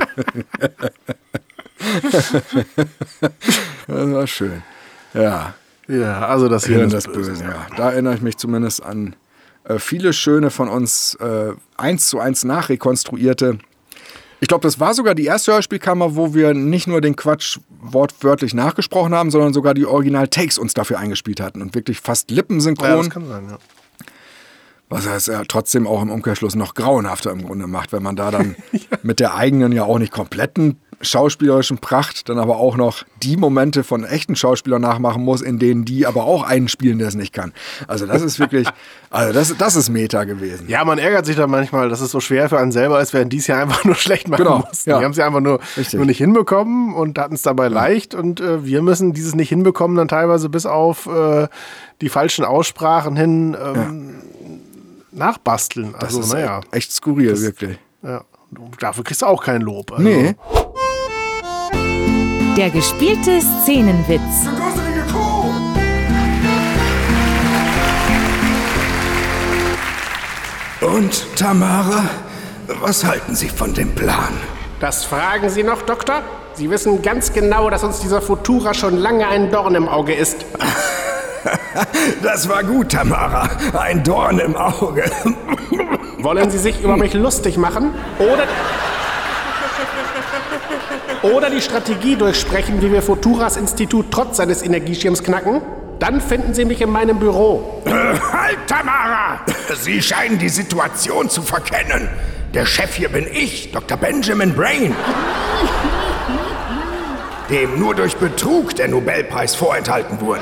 Das war schön. Ja. Ja, also das hier ist das Böse. Böse ja. Da erinnere ich mich zumindest an äh, viele schöne von uns äh, eins zu eins nachrekonstruierte. Ich glaube, das war sogar die erste Hörspielkammer, wo wir nicht nur den Quatsch wortwörtlich nachgesprochen haben, sondern sogar die Original-Takes uns dafür eingespielt hatten und wirklich fast lippensynchron. Ja, das kann sein, ja. Was es ja trotzdem auch im Umkehrschluss noch grauenhafter im Grunde macht, wenn man da dann ja. mit der eigenen ja auch nicht kompletten schauspielerischen Pracht dann aber auch noch die Momente von echten Schauspielern nachmachen muss, in denen die aber auch einen spielen, der es nicht kann. Also das ist wirklich, also das, das ist Meta gewesen. Ja, man ärgert sich dann manchmal, dass es so schwer für einen selber ist, während die es ja einfach nur schlecht machen Genau, mussten. ja. Die haben es ja einfach nur, nur nicht hinbekommen und hatten es dabei ja. leicht und äh, wir müssen dieses nicht hinbekommen dann teilweise bis auf äh, die falschen Aussprachen hin ähm, ja. nachbasteln. Also, das ist naja. echt skurril, das, wirklich. Ja. Dafür kriegst du auch kein Lob. Also. Nee. Der gespielte Szenenwitz. Und, Tamara, was halten Sie von dem Plan? Das fragen Sie noch, Doktor? Sie wissen ganz genau, dass uns dieser Futura schon lange ein Dorn im Auge ist. Das war gut, Tamara. Ein Dorn im Auge. Wollen Sie sich über mich lustig machen? Oder... Oder die Strategie durchsprechen, wie wir Futuras Institut trotz seines Energieschirms knacken? Dann finden Sie mich in meinem Büro. Äh, halt, Tamara! Sie scheinen die Situation zu verkennen. Der Chef hier bin ich, Doktor Benjamin Brain. Dem nur durch Betrug der Nobelpreis vorenthalten wurde.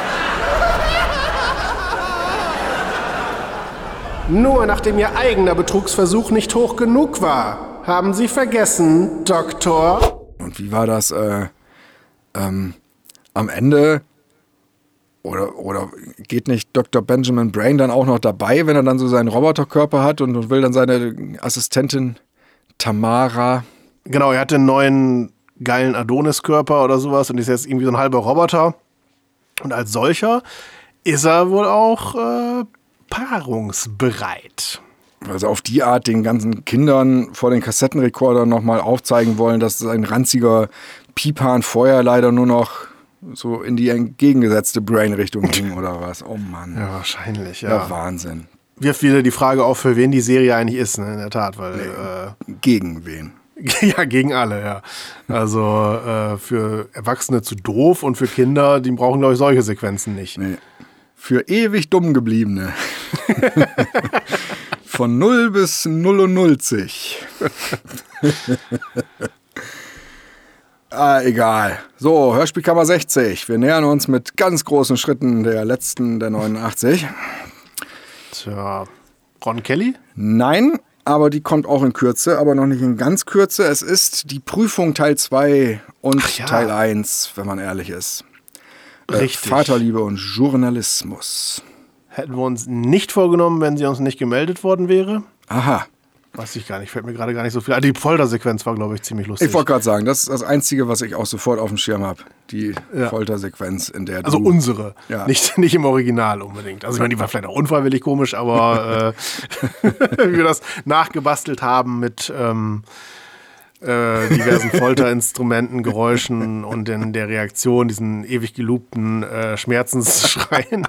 Nur nachdem Ihr eigener Betrugsversuch nicht hoch genug war. Haben Sie vergessen, Doktor? Und wie war das äh, ähm, am Ende? Oder, oder geht nicht Doktor Benjamin Brain dann auch noch dabei, wenn er dann so seinen Roboterkörper hat und will dann seine Assistentin Tamara? Genau, er hatte einen neuen geilen Adonis-Körper oder sowas und ist jetzt irgendwie so ein halber Roboter. Und als solcher ist er wohl auch äh, paarungsbereit. Also auf die Art den ganzen Kindern vor den Kassettenrekordern nochmal aufzeigen wollen, dass ein ranziger Pipan vorher leider nur noch so in die entgegengesetzte Brain-Richtung ging oder was. Oh Mann. Ja, wahrscheinlich, ja. Ja, Wahnsinn. Wirft wieder die Frage auf, für wen die Serie eigentlich ist, ne, in der Tat. Weil, nee, äh, gegen wen? Ja, gegen alle, ja. Also äh, für Erwachsene zu doof und für Kinder, die brauchen, glaube ich, solche Sequenzen nicht. Nee. Für ewig dumm gebliebene. Von null bis null und nullzig. Ah, egal. So, Hörspielkammer sechzig. Wir nähern uns mit ganz großen Schritten der letzten, der neunundachtzig. Tja, Ron Kelly? Nein, aber die kommt auch in Kürze, aber noch nicht in ganz Kürze. Es ist die Prüfung Teil zwei und ja. Teil eins, wenn man ehrlich ist. Richtig. Äh, Vaterliebe und Journalismus. Hätten wir uns nicht vorgenommen, wenn sie uns nicht gemeldet worden wäre. Aha. Weiß ich gar nicht, fällt mir gerade gar nicht so viel. Die Foltersequenz war, glaube ich, ziemlich lustig. Ich wollte gerade sagen, das ist das Einzige, was ich auch sofort auf dem Schirm habe. Die ja. Foltersequenz, in der du... Also unsere, ja. nicht, nicht im Original unbedingt. Also ich meine, die war vielleicht auch unfreiwillig komisch, aber äh, wie wir das nachgebastelt haben mit ähm, äh, diversen Folterinstrumenten, Geräuschen und in der Reaktion, diesen ewig gelobten äh, Schmerzensschreien.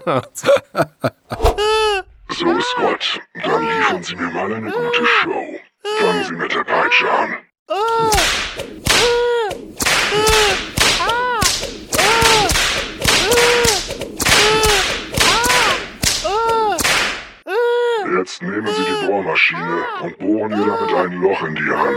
So, Scott, dann liefern Sie mir mal eine gute Show. Fangen Sie mit der Peitsche an. Jetzt nehmen Sie die Bohrmaschine und bohren mir damit ein Loch in die Hand.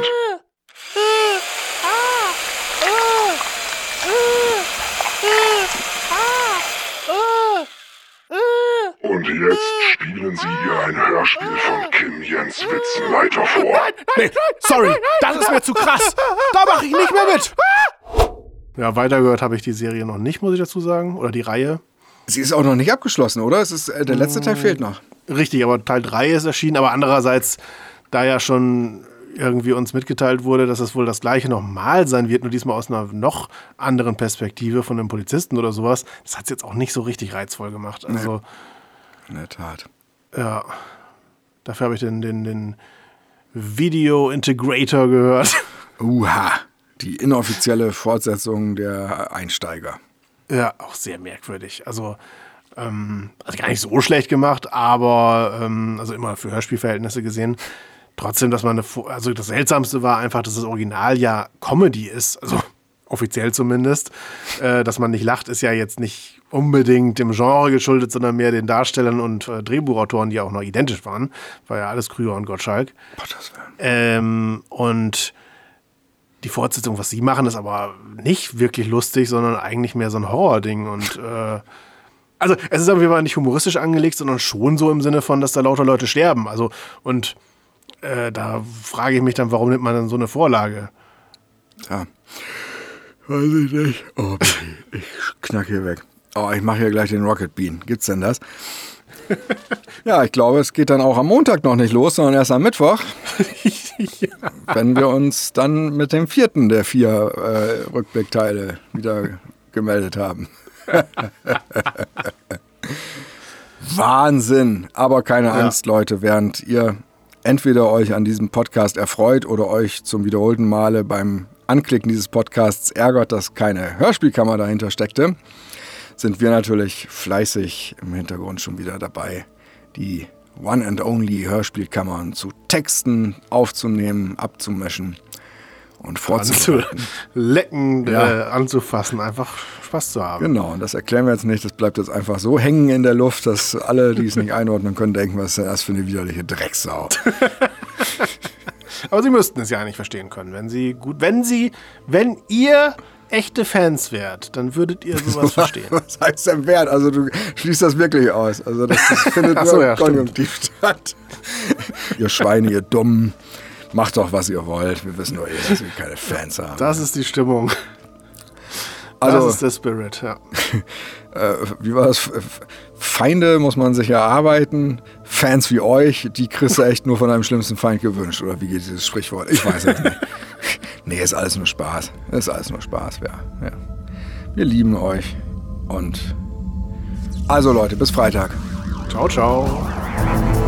Und jetzt spielen Sie ihr ein Hörspiel von Kim Jens Witzenleiter vor. Nein, nein, nee, sorry, das ist mir zu krass. Da mache ich nicht mehr mit. Ja, weitergehört habe ich die Serie noch nicht, muss ich dazu sagen. Oder die Reihe. Sie ist auch noch nicht abgeschlossen, oder? Es ist, äh, der letzte Teil fehlt noch. Richtig, aber Teil drei ist erschienen. Aber andererseits, da ja schon irgendwie uns mitgeteilt wurde, dass es wohl das gleiche nochmal sein wird, nur diesmal aus einer noch anderen Perspektive von einem Polizisten oder sowas. Das hat es jetzt auch nicht so richtig reizvoll gemacht. Also, nee. In der Tat. Ja. Dafür habe ich den, den, den Video Integrator gehört. Uha. Die inoffizielle Fortsetzung der Einsteiger. Ja, auch sehr merkwürdig. Also, ähm, also gar nicht so schlecht gemacht, aber ähm, also immer für Hörspielverhältnisse gesehen. Trotzdem, dass man eine, also das Seltsamste war einfach, dass das Original ja Comedy ist, also offiziell zumindest. Äh, dass man nicht lacht, ist ja jetzt nicht unbedingt dem Genre geschuldet, sondern mehr den Darstellern und äh, Drehbuchautoren, die ja auch noch identisch waren. War ja alles Krüger und Gottschalk. Gottes Willen. Ähm, und die Fortsetzung, was sie machen, ist aber nicht wirklich lustig, sondern eigentlich mehr so ein Horror-Ding. Und äh, also es ist auf jeden Fall nicht humoristisch angelegt, sondern schon so im Sinne von, dass da lauter Leute sterben. Also und äh, da frage ich mich dann, warum nimmt man dann so eine Vorlage? Ja, weiß ich nicht. Oh, ich knack hier weg. Oh, ich mache hier gleich den Rocket Bean. Gibt's denn das? Ja, ich glaube, es geht dann auch am Montag noch nicht los, sondern erst am Mittwoch. Ja. Wenn wir uns dann mit dem vierten der vier äh, Rückblickteile wieder gemeldet haben. Wahnsinn! Aber keine ja. Angst, Leute, während ihr entweder euch an diesem Podcast erfreut oder euch zum wiederholten Male beim Anklicken dieses Podcasts ärgert, dass keine Hörspielkammer dahinter steckte, sind wir natürlich fleißig im Hintergrund schon wieder dabei, die One and Only Hörspielkammern zu texten, aufzunehmen, abzumischen und vorzubereiten. Lecken, ja. äh, anzufassen, einfach Spaß zu haben. Genau, und das erklären wir jetzt nicht, das bleibt jetzt einfach so hängen in der Luft, dass alle, die es nicht einordnen können, denken, was ist denn das für eine widerliche Drecksau. Aber sie müssten es ja nicht verstehen können, wenn sie gut, wenn sie, wenn ihr echte Fans wärt, dann würdet ihr sowas verstehen. Was heißt denn wert? Also du schließt das wirklich aus. Also das, das findet so, nur ja, konjunktiv statt. Ihr Schweine, ihr Dummen, macht doch, was ihr wollt. Wir wissen nur eh, dass wir keine Fans haben. Das ist die Stimmung. Also, das ist der Spirit, ja. äh, wie war das? Feinde muss man sich erarbeiten. Fans wie euch, die kriegst du echt nur von deinem schlimmsten Feind gewünscht. Oder wie geht dieses Sprichwort? Ich weiß es nicht. Nee, ist alles nur Spaß. Ist alles nur Spaß, ja. ja. Wir lieben euch. Und also Leute, bis Freitag. Ciao, ciao.